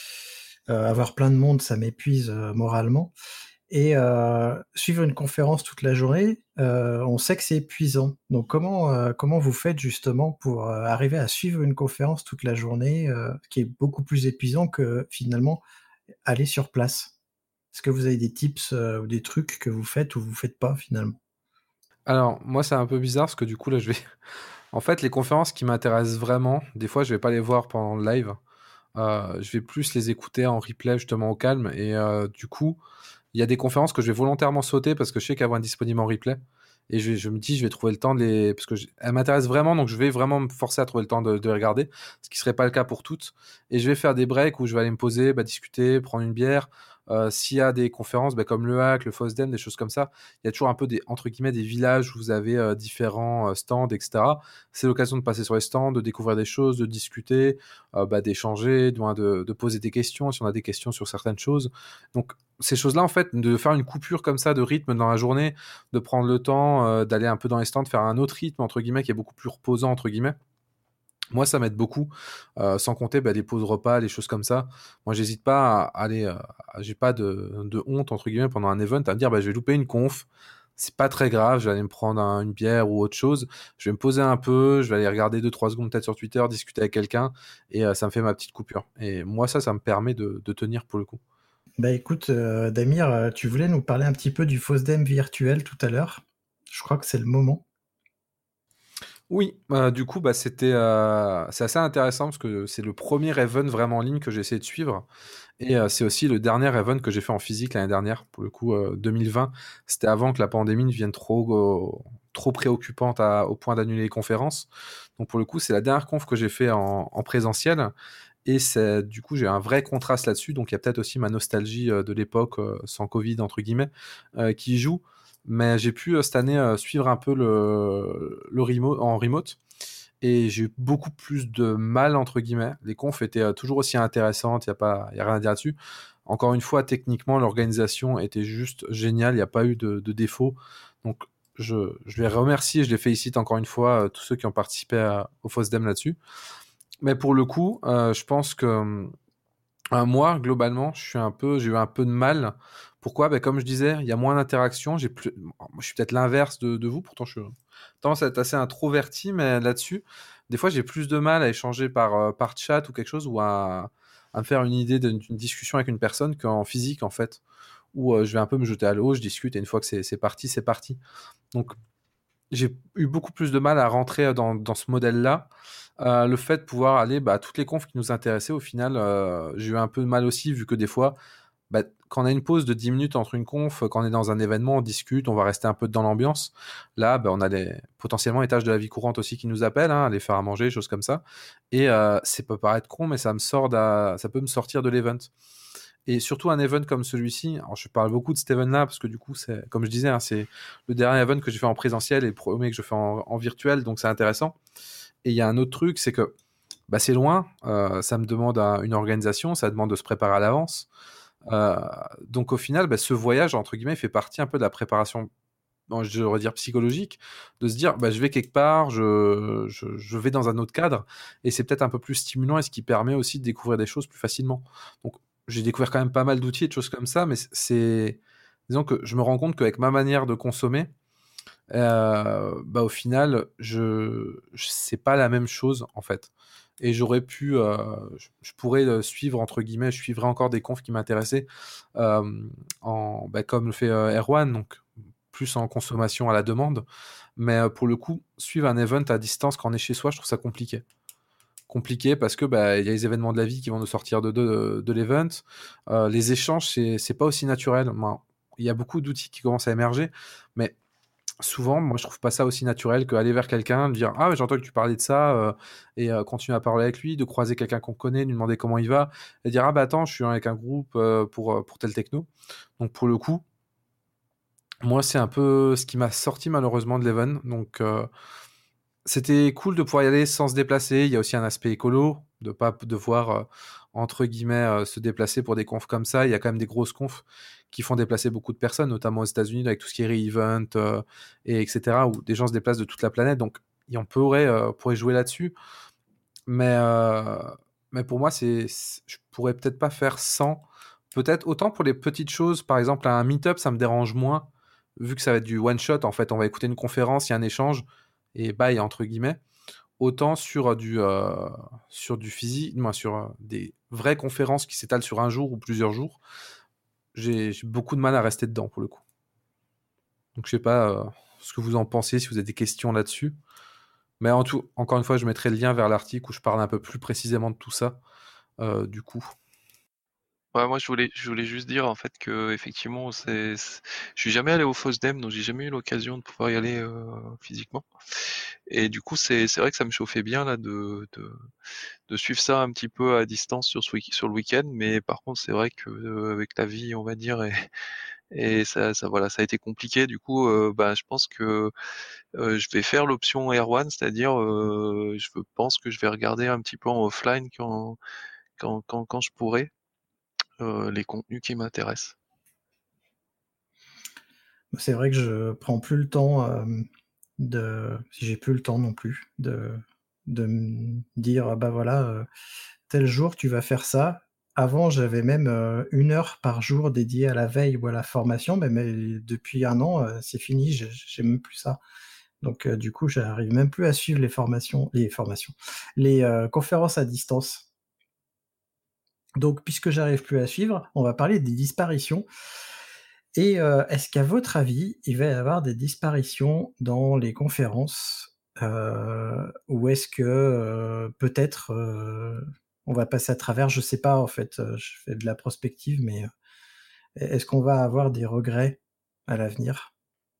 euh, avoir plein de monde, ça m'épuise euh, moralement. Et euh, suivre une conférence toute la journée, euh, on sait que c'est épuisant. Donc comment euh, comment vous faites justement pour euh, arriver à suivre une conférence toute la journée, euh, qui est beaucoup plus épuisant que finalement aller sur place? Est-ce que vous avez des tips euh, ou des trucs que vous faites ou vous faites pas finalement? Alors, moi, c'est un peu bizarre parce que du coup, là, je vais. En fait, les conférences qui m'intéressent vraiment, des fois, je vais pas les voir pendant le live. Euh, je vais plus les écouter en replay, justement, au calme. Et euh, du coup, il y a des conférences que je vais volontairement sauter parce que je sais qu'elles vont être disponibles en replay. Et je, je me dis, je vais trouver le temps de les. Parce qu'elles m'intéressent vraiment, donc je vais vraiment me forcer à trouver le temps de, de les regarder, ce qui serait pas le cas pour toutes. Et je vais faire des breaks où je vais aller me poser, bah, discuter, prendre une bière. Euh, s'il y a des conférences bah, comme le Hack, le FOSDEM, des choses comme ça, il y a toujours un peu des, entre guillemets, des villages où vous avez euh, différents euh, stands, et cetera. C'est l'occasion de passer sur les stands, de découvrir des choses, de discuter, euh, bah, d'échanger, de, de, de poser des questions si on a des questions sur certaines choses. Donc, ces choses-là, en fait, de faire une coupure comme ça de rythme dans la journée, de prendre le temps euh, d'aller un peu dans les stands, de faire un autre rythme, entre guillemets, qui est beaucoup plus reposant, entre guillemets. Moi, ça m'aide beaucoup, euh, sans compter bah, les pauses repas, les choses comme ça. Moi, j'hésite pas à aller, euh, j'ai pas de, de honte, entre guillemets, pendant un event, à me dire, bah, je vais louper une conf, c'est pas très grave, je vais aller me prendre un- une bière ou autre chose, je vais me poser un peu, je vais aller regarder deux trois secondes peut-être sur Twitter, discuter avec quelqu'un, et euh, ça me fait ma petite coupure. Et moi, ça, ça me permet de, de tenir pour le coup. Bah écoute, euh, Damir, euh, tu voulais nous parler un petit peu du FOSDEM virtuel tout à l'heure. Je crois que c'est le moment. Oui, euh, du coup, bah, c'était, euh, c'est assez intéressant parce que c'est le premier event vraiment en ligne que j'ai essayé de suivre. Et euh, c'est aussi le dernier event que j'ai fait en physique l'année dernière. Pour le coup, euh, deux mille vingt, c'était avant que la pandémie ne devienne trop, euh, trop préoccupante à- au point d'annuler les conférences. Donc pour le coup, c'est la dernière conf que j'ai fait en, en présentiel. Et c'est, du coup, j'ai un vrai contraste là-dessus. Donc il y a peut-être aussi ma nostalgie euh, de l'époque euh, sans Covid, entre guillemets, euh, qui joue. Mais j'ai pu euh, cette année euh, suivre un peu le, le remote, en remote. Et j'ai eu beaucoup plus de mal, entre guillemets. Les confs étaient euh, toujours aussi intéressantes, il n'y a, pas- y a rien à dire là-dessus. Encore une fois, techniquement, l'organisation était juste géniale, il n'y a pas eu de, de défaut. Donc, je, je les remercie et je les félicite encore une fois, euh, tous ceux qui ont participé à- au FOSDEM là-dessus. Mais pour le coup, euh, je pense que euh, moi, globalement, je suis un peu, j'ai eu un peu de mal. Pourquoi? Ben, comme je disais, il y a moins d'interaction. J'ai plus, moi, je suis peut-être l'inverse de, de vous. Pourtant, je suis tendance à être assez introverti, mais là-dessus, des fois, j'ai plus de mal à échanger par, euh, par chat ou quelque chose ou à, à me faire une idée d'une d'une discussion avec une personne qu'en physique, en fait, où euh, je vais un peu me jeter à l'eau, je discute et une fois que c'est c'est parti, c'est parti. Donc, j'ai eu beaucoup plus de mal à rentrer dans, dans ce modèle-là. Euh, le fait de pouvoir aller bah, à toutes les confs qui nous intéressaient, au final, euh, j'ai eu un peu de mal aussi, vu que des fois, bah, quand on a une pause de dix minutes entre une conf, quand on est dans un événement, on discute, on va rester un peu dans l'ambiance. Là, bah, on a les, potentiellement les tâches de la vie courante aussi qui nous appellent, hein, aller faire à manger, choses comme ça. Et euh, ça peut paraître con, mais ça me sort d'a- ça peut me sortir de l'event. Et surtout un event comme celui-ci, alors je parle beaucoup de cet event-là parce que du coup, c'est, comme je disais, hein, c'est le dernier event que j'ai fait en présentiel et le premier que je fais en, en virtuel, donc c'est intéressant. Et il y a un autre truc, c'est que bah, c'est loin, euh, ça me demande un- une organisation, ça demande de se préparer à l'avance. Euh, donc au final, bah, ce voyage, entre guillemets, fait partie un peu de la préparation, bon, je devrais dire psychologique, de se dire, bah, je vais quelque part, je, je, je vais dans un autre cadre, et c'est peut-être un peu plus stimulant et ce qui permet aussi de découvrir des choses plus facilement. Donc j'ai découvert quand même pas mal d'outils et de choses comme ça, mais c'est, disons que je me rends compte qu'avec ma manière de consommer, euh, bah, au final, je, je c'est pas la même chose en fait. Et j'aurais pu, euh, je, je pourrais euh, suivre entre guillemets, je suivrais encore des confs qui m'intéressaient, euh, en, bah, comme le fait euh, Erwan, donc plus en consommation à la demande. Mais euh, pour le coup, suivre un event à distance quand on est chez soi, je trouve ça compliqué. Compliqué parce que bah, il y a les événements de la vie qui vont nous sortir de, de, de l'event. Euh, les échanges, c'est, c'est pas aussi naturel. Moi, il y a beaucoup d'outils qui commencent à émerger, mais souvent, moi, je trouve pas ça aussi naturel qu'aller vers quelqu'un, dire ah, mais j'entends que tu parlais de ça, euh, et euh, continuer à parler avec lui, de croiser quelqu'un qu'on connaît, lui demander comment il va, et dire ah bah attends, je suis avec un groupe euh, pour euh, pour tel techno. Donc pour le coup, moi, c'est un peu ce qui m'a sorti malheureusement de l'Even. Donc euh, c'était cool de pouvoir y aller sans se déplacer. Il y a aussi un aspect écolo, de pas devoir euh, entre guillemets euh, se déplacer pour des confs comme ça. Il y a quand même des grosses confs qui font déplacer beaucoup de personnes, notamment aux États-Unis avec tout ce qui est re-event, euh, et etc., où des gens se déplacent de toute la planète. Donc et on pourrait euh, pourrait jouer là-dessus, mais euh, mais pour moi, c'est c'est- je pourrais peut-être pas faire sans. Peut-être autant pour les petites choses, par exemple un meet-up, ça me dérange moins, vu que ça va être du one shot. En fait, on va écouter une conférence, il y a un échange et bye entre guillemets. Autant sur du euh, sur du physique, moi sur euh, des vraies conférences qui s'étalent sur un jour ou plusieurs jours, j'ai j'ai beaucoup de mal à rester dedans pour le coup. Donc je sais pas euh, ce que vous en pensez, si vous avez des questions là-dessus. Mais en tout, encore une fois, je mettrai le lien vers l'article où je parle un peu plus précisément de tout ça. euh, du coup, Ouais, moi je voulais, je voulais juste dire en fait que effectivement c'est, c'est- je suis jamais allé au FOSDEM, donc j'ai jamais eu l'occasion de pouvoir y aller euh, physiquement. Et du coup c'est, c'est vrai que ça me chauffait bien là de, de, de suivre ça un petit peu à distance sur ce week- sur le week-end, mais par contre c'est vrai que euh, avec la vie on va dire et, et ça, ça voilà ça a été compliqué. Du coup euh, bah je pense que euh, je vais faire l'option Air One, c'est-à-dire euh, je pense que je vais regarder un petit peu en offline quand quand quand, quand je pourrai euh, les contenus qui m'intéressent. C'est vrai que je prends plus le temps euh, de, si j'ai plus le temps non plus, de, de me dire ah bah voilà, euh, tel jour tu vas faire ça. Avant, j'avais même euh, une heure par jour dédiée à la veille ou à la formation, mais, mais depuis un an, euh, c'est fini, j'ai j'ai même plus ça. Donc euh, du coup, j'arrive même plus à suivre les formations, les formations, les euh, conférences à distance. Donc, puisque j'arrive plus à suivre, on va parler des disparitions. Et euh, est-ce qu'à votre avis, il va y avoir des disparitions dans les conférences, euh, ou est-ce que euh, peut-être euh, on va passer à travers, je sais pas en fait, euh, je fais de la prospective, mais euh, est-ce qu'on va avoir des regrets à l'avenir?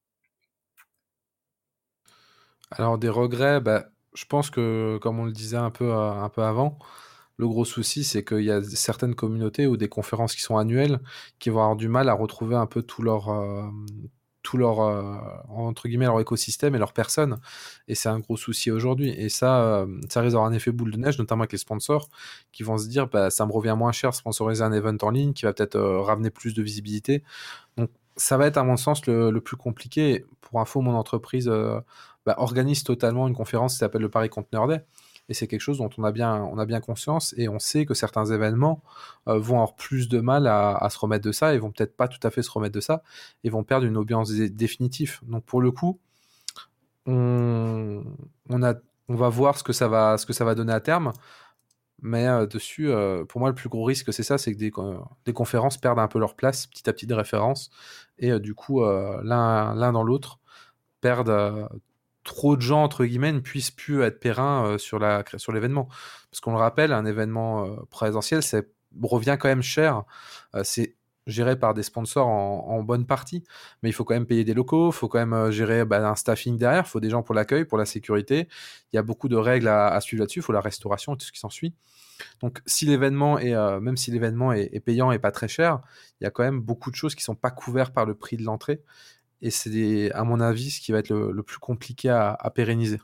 alors des regrets, bah, je pense que comme on le disait un peu euh, un peu avant, le gros souci c'est qu'il y a certaines communautés ou des conférences qui sont annuelles qui vont avoir du mal à retrouver un peu tout leur euh, tout leur euh, entre guillemets leur écosystème et leur personne, et c'est un gros souci aujourd'hui. Et ça euh, ça risque d'avoir un effet boule de neige, notamment avec les sponsors qui vont se dire bah ça me revient moins cher de sponsoriser un event en ligne qui va peut-être euh, ramener plus de visibilité. Donc ça va être à mon sens le, le plus compliqué. Pour info, mon entreprise euh, bah, organise totalement une conférence qui s'appelle le Paris Conteneur Day. Et c'est quelque chose dont on a bien, on a bien conscience, et on sait que certains événements euh, vont avoir plus de mal à, à se remettre de ça, et vont peut-être pas tout à fait se remettre de ça, et vont perdre une audience dé- définitive. Donc pour le coup, on, on, a, on va voir ce que ça va, ce que ça va donner à terme. Mais euh, dessus, euh, pour moi, le plus gros risque, c'est ça, c'est que des, euh, des conférences perdent un peu leur place petit à petit de référence, et euh, du coup, euh, l'un, l'un dans l'autre, perdent euh, trop de gens, entre guillemets, ne puissent plus être périns euh, sur, la, sur l'événement. Parce qu'on le rappelle, un événement euh, présentiel, ça revient quand même cher. Euh, c'est géré par des sponsors en, en bonne partie, mais il faut quand même payer des locaux, il faut quand même euh, gérer bah, un staffing derrière, il faut des gens pour l'accueil, pour la sécurité. Il y a beaucoup de règles à, à suivre là-dessus, il faut la restauration et tout ce qui s'ensuit. Donc, si l'événement est, euh, même si l'événement est, est payant et pas très cher, il y a quand même beaucoup de choses qui sont pas couvertes par le prix de l'entrée. Et c'est, des- à mon avis, ce qui va être le, le plus compliqué à, à pérenniser.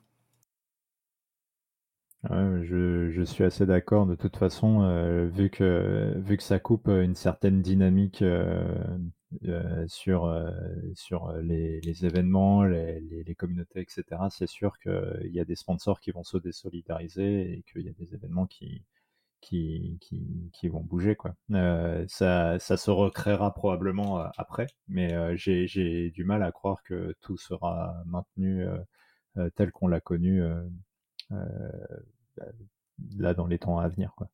Ouais, je, je suis assez d'accord. De toute façon, euh, vu que vu que ça coupe euh, une certaine dynamique euh, euh, sur euh, sur euh, les, les événements, les, les, les communautés, et cetera. C'est sûr qu'il y a des sponsors qui vont se désolidariser et qu'il y a des événements qui qui qui, qui vont bouger quoi. Euh, ça ça se recréera probablement euh, après, mais euh, j'ai j'ai du mal à croire que tout sera maintenu euh, euh, tel qu'on l'a connu. Euh, euh, là dans les temps à venir quoi.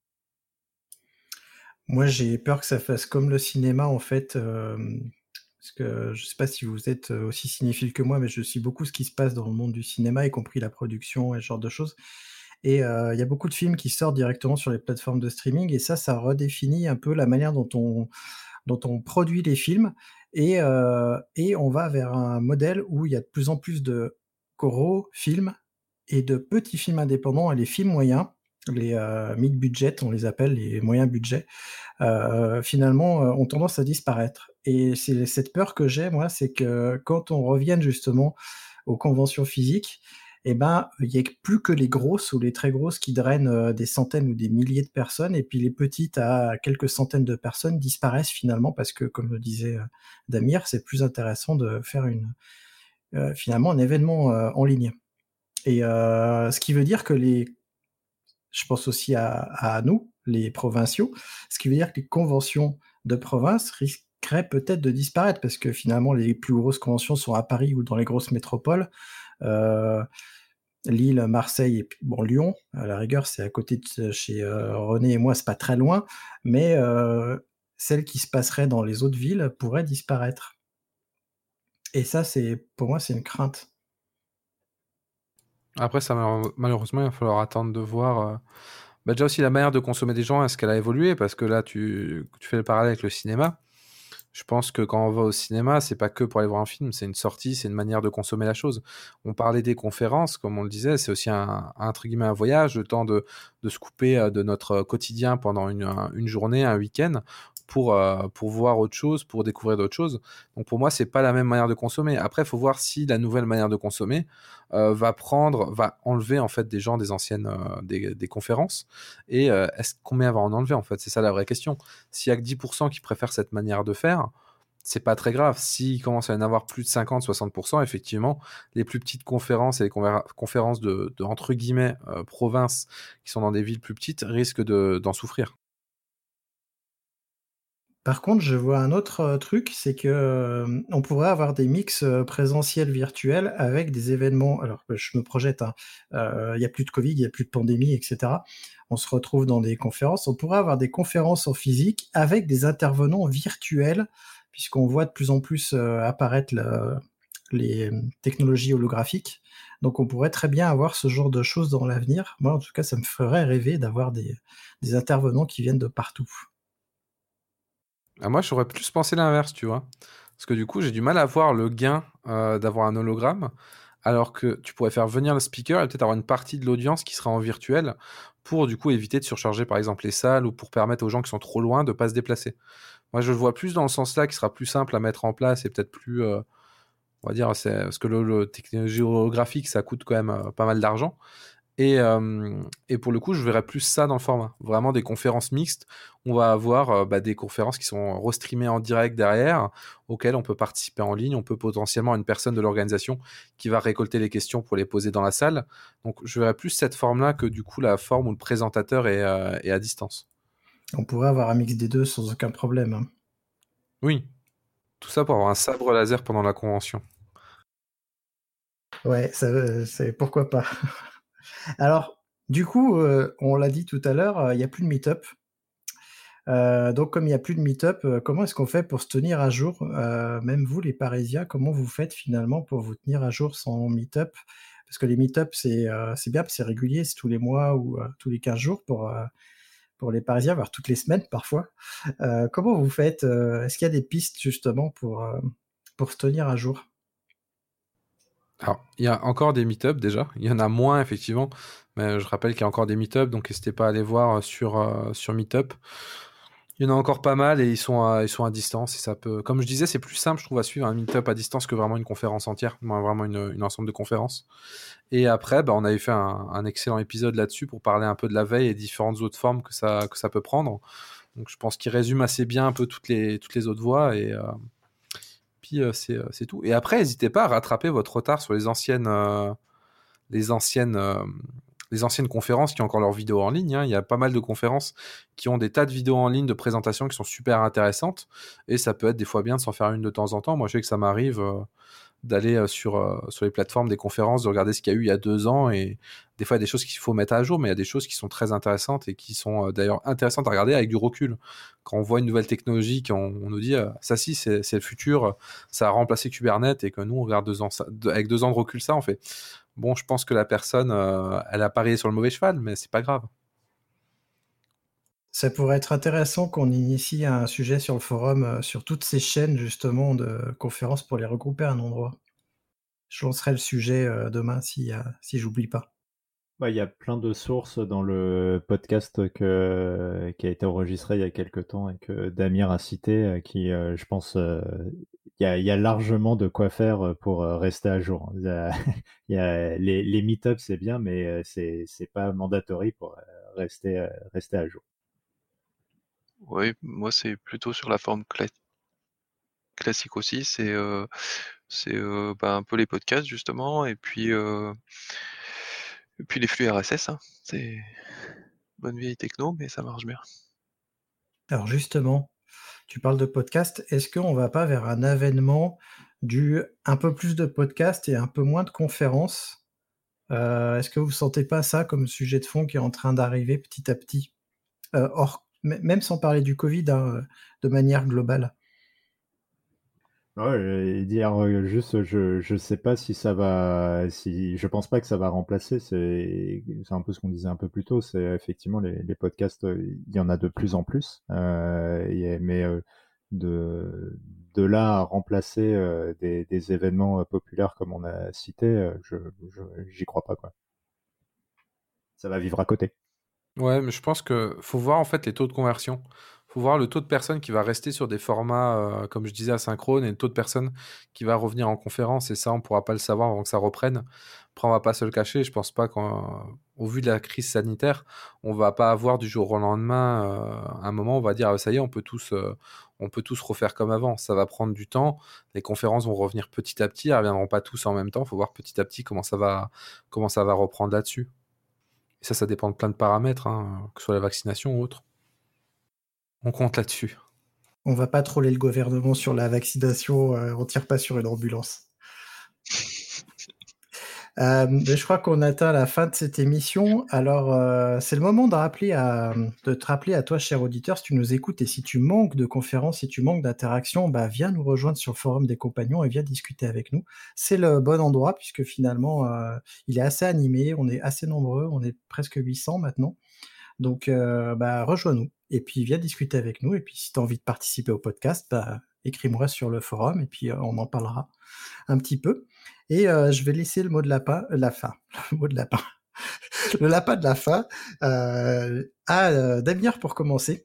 Moi, j'ai peur que ça fasse comme le cinéma, en fait, euh, parce que je sais pas si vous êtes euh, aussi cinéphile que moi, mais je suis beaucoup ce qui se passe dans le monde du cinéma, y compris la production et ce genre de choses. Et euh, il y a beaucoup de films qui sortent directement sur les plateformes de streaming, et ça, ça redéfinit un peu la manière dont on, dont on produit les films. Et, euh, et on va vers un modèle où il y a de plus en plus de gros films et de petits films indépendants et les films moyens, les euh, mid-budget, on les appelle les moyens budgets, euh, finalement euh, ont tendance à disparaître. Et c'est cette peur que j'ai, moi, c'est que quand on revienne justement aux conventions physiques, eh ben, il n'y a plus que les grosses ou les très grosses qui drainent euh, des centaines ou des milliers de personnes, et puis les petites à quelques centaines de personnes disparaissent finalement parce que, comme le disait euh, Damir, c'est plus intéressant de faire une, euh, finalement un événement euh, en ligne. Et euh, ce qui veut dire que les, je pense aussi à, à nous, les provinciaux, ce qui veut dire que les conventions de province risqueraient peut-être de disparaître parce que finalement les plus grosses conventions sont à Paris ou dans les grosses métropoles. Euh, Lille, Marseille et puis bon Lyon, à la rigueur c'est à côté de chez euh, René et moi, c'est pas très loin, mais euh, celles qui se passeraient dans les autres villes pourraient disparaître. Et ça, c'est pour moi, c'est une crainte. Après, ça, malheureusement, il va falloir attendre de voir. Euh... Bah, déjà aussi la manière de consommer des gens, est-ce qu'elle a évolué? Parce que là, tu, tu fais le parallèle avec le cinéma. Je pense que quand on va au cinéma, c'est pas que pour aller voir un film, c'est une sortie, c'est une manière de consommer la chose. On parlait des conférences, comme on le disait, c'est aussi un, un entre guillemets un voyage, le temps de, de se couper de notre quotidien pendant une, une journée, un week-end, pour, euh, pour voir autre chose, pour découvrir d'autres choses. Donc pour moi, c'est pas la même manière de consommer. Après, il faut voir si la nouvelle manière de consommer euh, va prendre, va enlever en fait des gens des anciennes euh, des, des conférences. Et euh, est-ce combien va en enlever en fait? C'est ça la vraie question. S'il y a que dix pour cent qui préfèrent cette manière de faire, c'est pas très grave. S'il commence à y en avoir plus de cinquante à soixante pour cent, effectivement, les plus petites conférences et les conver- conférences de, de entre guillemets euh, provinces qui sont dans des villes plus petites risquent de, d'en souffrir. Par contre, je vois un autre euh, truc, c'est que euh, on pourrait avoir des mix euh, présentiels virtuels avec des événements. Alors, je me projette, hein, euh, il y a plus de Covid, il y a plus de pandémie, et cetera. On se retrouve dans des conférences. On pourrait avoir des conférences en physique avec des intervenants virtuels, puisqu'on voit de plus en plus euh, apparaître le, les technologies holographiques. Donc, on pourrait très bien avoir ce genre de choses dans l'avenir. Moi, en tout cas, ça me ferait rêver d'avoir des, des intervenants qui viennent de partout. Ah, moi, j'aurais plus pensé l'inverse, tu vois. Parce que du coup, j'ai du mal à voir le gain euh, d'avoir un hologramme, alors que tu pourrais faire venir le speaker et peut-être avoir une partie de l'audience qui sera en virtuel pour du coup éviter de surcharger par exemple les salles ou pour permettre aux gens qui sont trop loin de ne pas se déplacer. Moi, je le vois plus dans le sens là qui sera plus simple à mettre en place et peut-être plus, euh, on va dire, c'est, parce que le, le technologie holographique, ça coûte quand même euh, pas mal d'argent. Et, euh, et pour le coup, je verrais plus ça dans le format. Vraiment des conférences mixtes. On va avoir euh, bah, des conférences qui sont restreamées en direct derrière, auxquelles on peut participer en ligne. On peut potentiellement une personne de l'organisation qui va récolter les questions pour les poser dans la salle. Donc je verrais plus cette forme-là que du coup la forme où le présentateur est, euh, est à distance. On pourrait avoir un mix des deux sans aucun problème. Hein. Oui. Tout ça pour avoir un sabre laser pendant la convention. Ouais, ça, c'est pourquoi pas. Alors, du coup, euh, on l'a dit tout à l'heure, il n'y a plus de meet-up. Euh, donc, comme il n'y a plus de meet-up, euh, comment est-ce qu'on fait pour se tenir à jour euh, Même vous, les Parisiens, comment vous faites finalement pour vous tenir à jour sans meet-up? Parce que les meet-up, c'est euh, c'est bien, c'est régulier, c'est tous les mois ou euh, tous les quinze jours pour, euh, pour les Parisiens, voire toutes les semaines parfois. Euh, comment vous faites euh, Est-ce qu'il y a des pistes justement pour, euh, pour se tenir à jour? Alors, il y a encore des meet-up déjà. Il y en a moins, effectivement. Mais je rappelle qu'il y a encore des meet-up, donc n'hésitez pas à aller voir sur, euh, sur Meetup. Il y en a encore pas mal et ils sont à, ils sont à distance. Et ça peut... Comme je disais, c'est plus simple, je trouve, à suivre un meet-up à distance que vraiment une conférence entière. Vraiment une, une ensemble de conférences. Et après, bah, on avait fait un, un excellent épisode là-dessus pour parler un peu de la veille et différentes autres formes que ça, que ça peut prendre. Donc je pense qu'il résume assez bien un peu toutes les, toutes les autres voies. Et... Euh... Puis euh, c'est, euh, c'est tout. Et après, n'hésitez pas à rattraper votre retard sur les anciennes, euh, les anciennes, euh, les anciennes conférences qui ont encore leurs vidéos en ligne. Hein. Il y a pas mal de conférences qui ont des tas de vidéos en ligne de présentations qui sont super intéressantes. Et ça peut être des fois bien de s'en faire une de temps en temps. Moi, je sais que ça m'arrive euh, d'aller euh, sur, euh, sur les plateformes des conférences, de regarder ce qu'il y a eu il y a deux ans. Et des fois, il y a des choses qu'il faut mettre à jour, mais il y a des choses qui sont très intéressantes et qui sont euh, d'ailleurs intéressantes à regarder avec du recul. Quand on voit une nouvelle technologie, qu'on on nous dit euh, ça si c'est, c'est le futur, ça a remplacé Kubernetes et que nous on regarde deux ans ça, deux, avec deux ans de recul ça, on fait bon, je pense que la personne euh, elle a parié sur le mauvais cheval, mais c'est pas grave. Ça pourrait être intéressant qu'on initie un sujet sur le forum, euh, sur toutes ces chaînes justement de conférences pour les regrouper à un endroit. Je lancerai le sujet euh, demain si, euh, si j'oublie pas. Ouais, il y a plein de sources dans le podcast que, qui a été enregistré il y a quelques temps et que Damir a cité, euh, qui, euh, je pense, euh, il y a, il y a largement de quoi faire pour euh, rester à jour. Il y a, il y a les, les meet-ups, c'est bien, mais euh, c'est, c'est pas mandatory pour euh, rester, euh, rester à jour. Oui, moi c'est plutôt sur la forme cla- classique aussi, c'est euh, c'est euh, bah, un peu les podcasts justement, et puis euh, et puis les flux R S S, hein. C'est bonne vieille techno, mais ça marche bien. Alors justement, tu parles de podcast, est-ce qu'on va pas vers un avènement du un peu plus de podcasts et un peu moins de conférences? Euh, est-ce que vous sentez pas ça comme sujet de fond qui est en train d'arriver petit à petit? Euh, hors, m- même sans parler du Covid, hein, de manière globale. Ouais, et dire euh, juste, je je sais pas si ça va, si je pense pas que ça va remplacer. C'est c'est un peu ce qu'on disait un peu plus tôt. C'est effectivement les les podcasts, euh, il y en a de plus en plus. Euh, et- mais euh, de de là à remplacer euh, des des événements euh, populaires comme on a cité, euh, je je j'y crois pas quoi. Ça va vivre à côté. Ouais, mais je pense que faut voir en fait les taux de conversion. Faut voir le taux de personnes qui va rester sur des formats, euh, comme je disais, asynchrones, et le taux de personnes qui va revenir en conférence. Et ça, on pourra pas le savoir avant que ça reprenne. Après, on va pas se le cacher. Je pense pas qu'au vu de la crise sanitaire, on va pas avoir du jour au lendemain euh, un moment où on va dire ah, ça y est, on peut tous, euh, on peut tous refaire comme avant. Ça va prendre du temps. Les conférences vont revenir petit à petit. Elles reviendront pas tous en même temps. Faut voir petit à petit comment ça va, comment ça va reprendre là-dessus. Et ça, ça dépend de plein de paramètres, hein, que ce soit la vaccination ou autre. On compte là-dessus. On va pas troller le gouvernement sur la vaccination, euh, on tire pas sur une ambulance. Euh, mais je crois qu'on atteint la fin de cette émission. Alors, euh, c'est le moment de, rappeler à, de te rappeler à toi, cher auditeur, si tu nous écoutes et si tu manques de conférences, si tu manques d'interaction, bah, viens nous rejoindre sur le forum des compagnons et viens discuter avec nous. C'est le bon endroit puisque finalement, euh, il est assez animé, on est assez nombreux, on est presque huit cents maintenant. Donc, euh, bah, rejoins-nous et puis viens discuter avec nous. Et puis, si tu as envie de participer au podcast, bah, écris-moi sur le forum et puis euh, on en parlera un petit peu. Et euh, je vais laisser le mot de la, pa- la fin, le mot de la fin, le lapin de la fin euh, à euh, Damir pour commencer.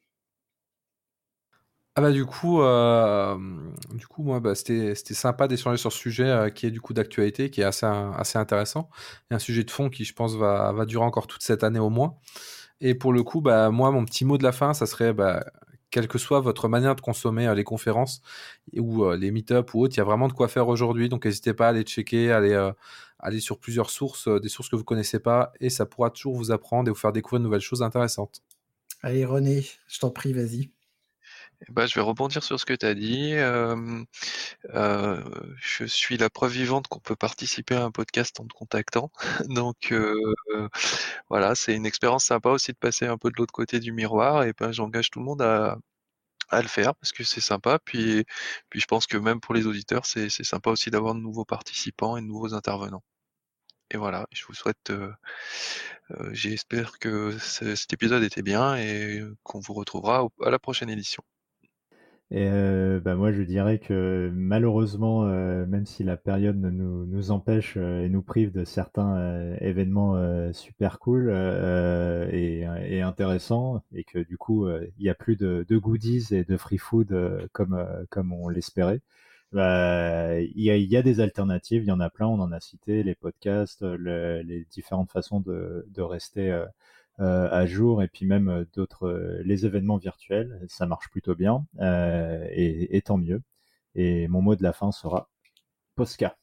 Ah bah du coup, euh, du coup moi bah, c'était c'était sympa d'échanger sur ce sujet euh, qui est du coup d'actualité, qui est assez assez intéressant, et un sujet de fond qui je pense va va durer encore toute cette année au moins. Et pour le coup, bah moi mon petit mot de la fin, ça serait bah quelle que soit votre manière de consommer euh, les conférences ou euh, les meet-up ou autres, il y a vraiment de quoi faire aujourd'hui. Donc n'hésitez pas à aller checker, à aller euh, aller sur plusieurs sources, euh, des sources que vous connaissez pas, et ça pourra toujours vous apprendre et vous faire découvrir de nouvelles choses intéressantes. Allez René, je t'en prie, vas-y. Eh ben, je vais rebondir sur ce que tu as dit. Euh, euh, je suis la preuve vivante qu'on peut participer à un podcast en te contactant. Donc euh, voilà, c'est une expérience sympa aussi de passer un peu de l'autre côté du miroir. Et ben, j'engage tout le monde à, à le faire parce que c'est sympa. Puis, puis je pense que même pour les auditeurs, c'est, c'est sympa aussi d'avoir de nouveaux participants et de nouveaux intervenants. Et voilà, je vous souhaite, euh, euh, j'espère que ce- cet épisode était bien et qu'on vous retrouvera au- à la prochaine édition. Et euh, bah moi, je dirais que malheureusement, euh, même si la période nous, nous empêche euh, et nous prive de certains euh, événements euh, super cool euh, et, et intéressants, et que du coup, euh, il y a plus de, de goodies et de free food euh, comme, euh, comme on l'espérait, bah, il y a, il y a des alternatives, il y en a plein, on en a cité, les podcasts, le- les différentes façons de, de rester euh, euh, à jour, et puis même euh, d'autres, euh, les événements virtuels, ça marche plutôt bien, euh, et, et tant mieux. Et mon mot de la fin sera Posca.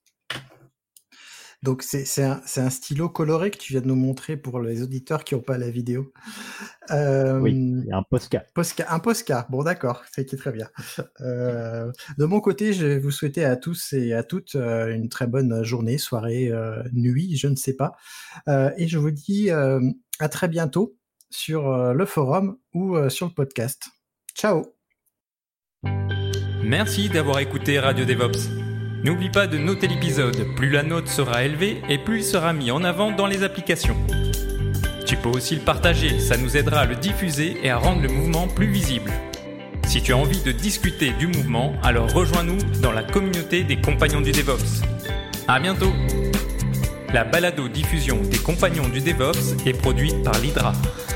Donc c'est, c'est, un, c'est un stylo coloré que tu viens de nous montrer pour les auditeurs qui n'ont pas la vidéo. Euh, Oui, il y a un Posca. Posca, un Posca, bon d'accord, c'est qui est très bien. Euh, de mon côté, je vais vous souhaiter à tous et à toutes euh, une très bonne journée, soirée, euh, nuit, je ne sais pas. Euh, et je vous dis euh, à très bientôt sur euh, le forum ou euh, sur le podcast. Ciao. Merci d'avoir écouté Radio DevOps. N'oublie pas de noter l'épisode, plus la note sera élevée et plus il sera mis en avant dans les applications. Tu peux aussi le partager, ça nous aidera à le diffuser et à rendre le mouvement plus visible. Si tu as envie de discuter du mouvement, alors rejoins-nous dans la communauté des Compagnons du DevOps. À bientôt! La balado-diffusion des Compagnons du DevOps est produite par l'Hydra.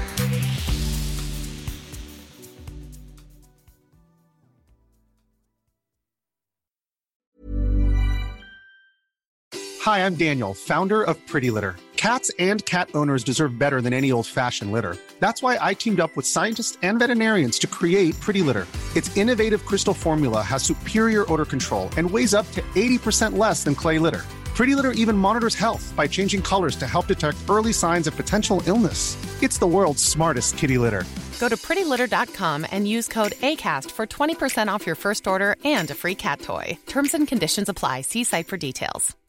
Hi, I'm Daniel, founder of Pretty Litter. Cats and cat owners deserve better than any old-fashioned litter. That's why I teamed up with scientists and veterinarians to create Pretty Litter. Its innovative crystal formula has superior odor control and weighs up to eighty percent less than clay litter. Pretty Litter even monitors health by changing colors to help detect early signs of potential illness. It's the world's smartest kitty litter. Go to pretty litter dot com and use code ACAST for twenty percent off your first order and a free cat toy. Terms and conditions apply. See site for details.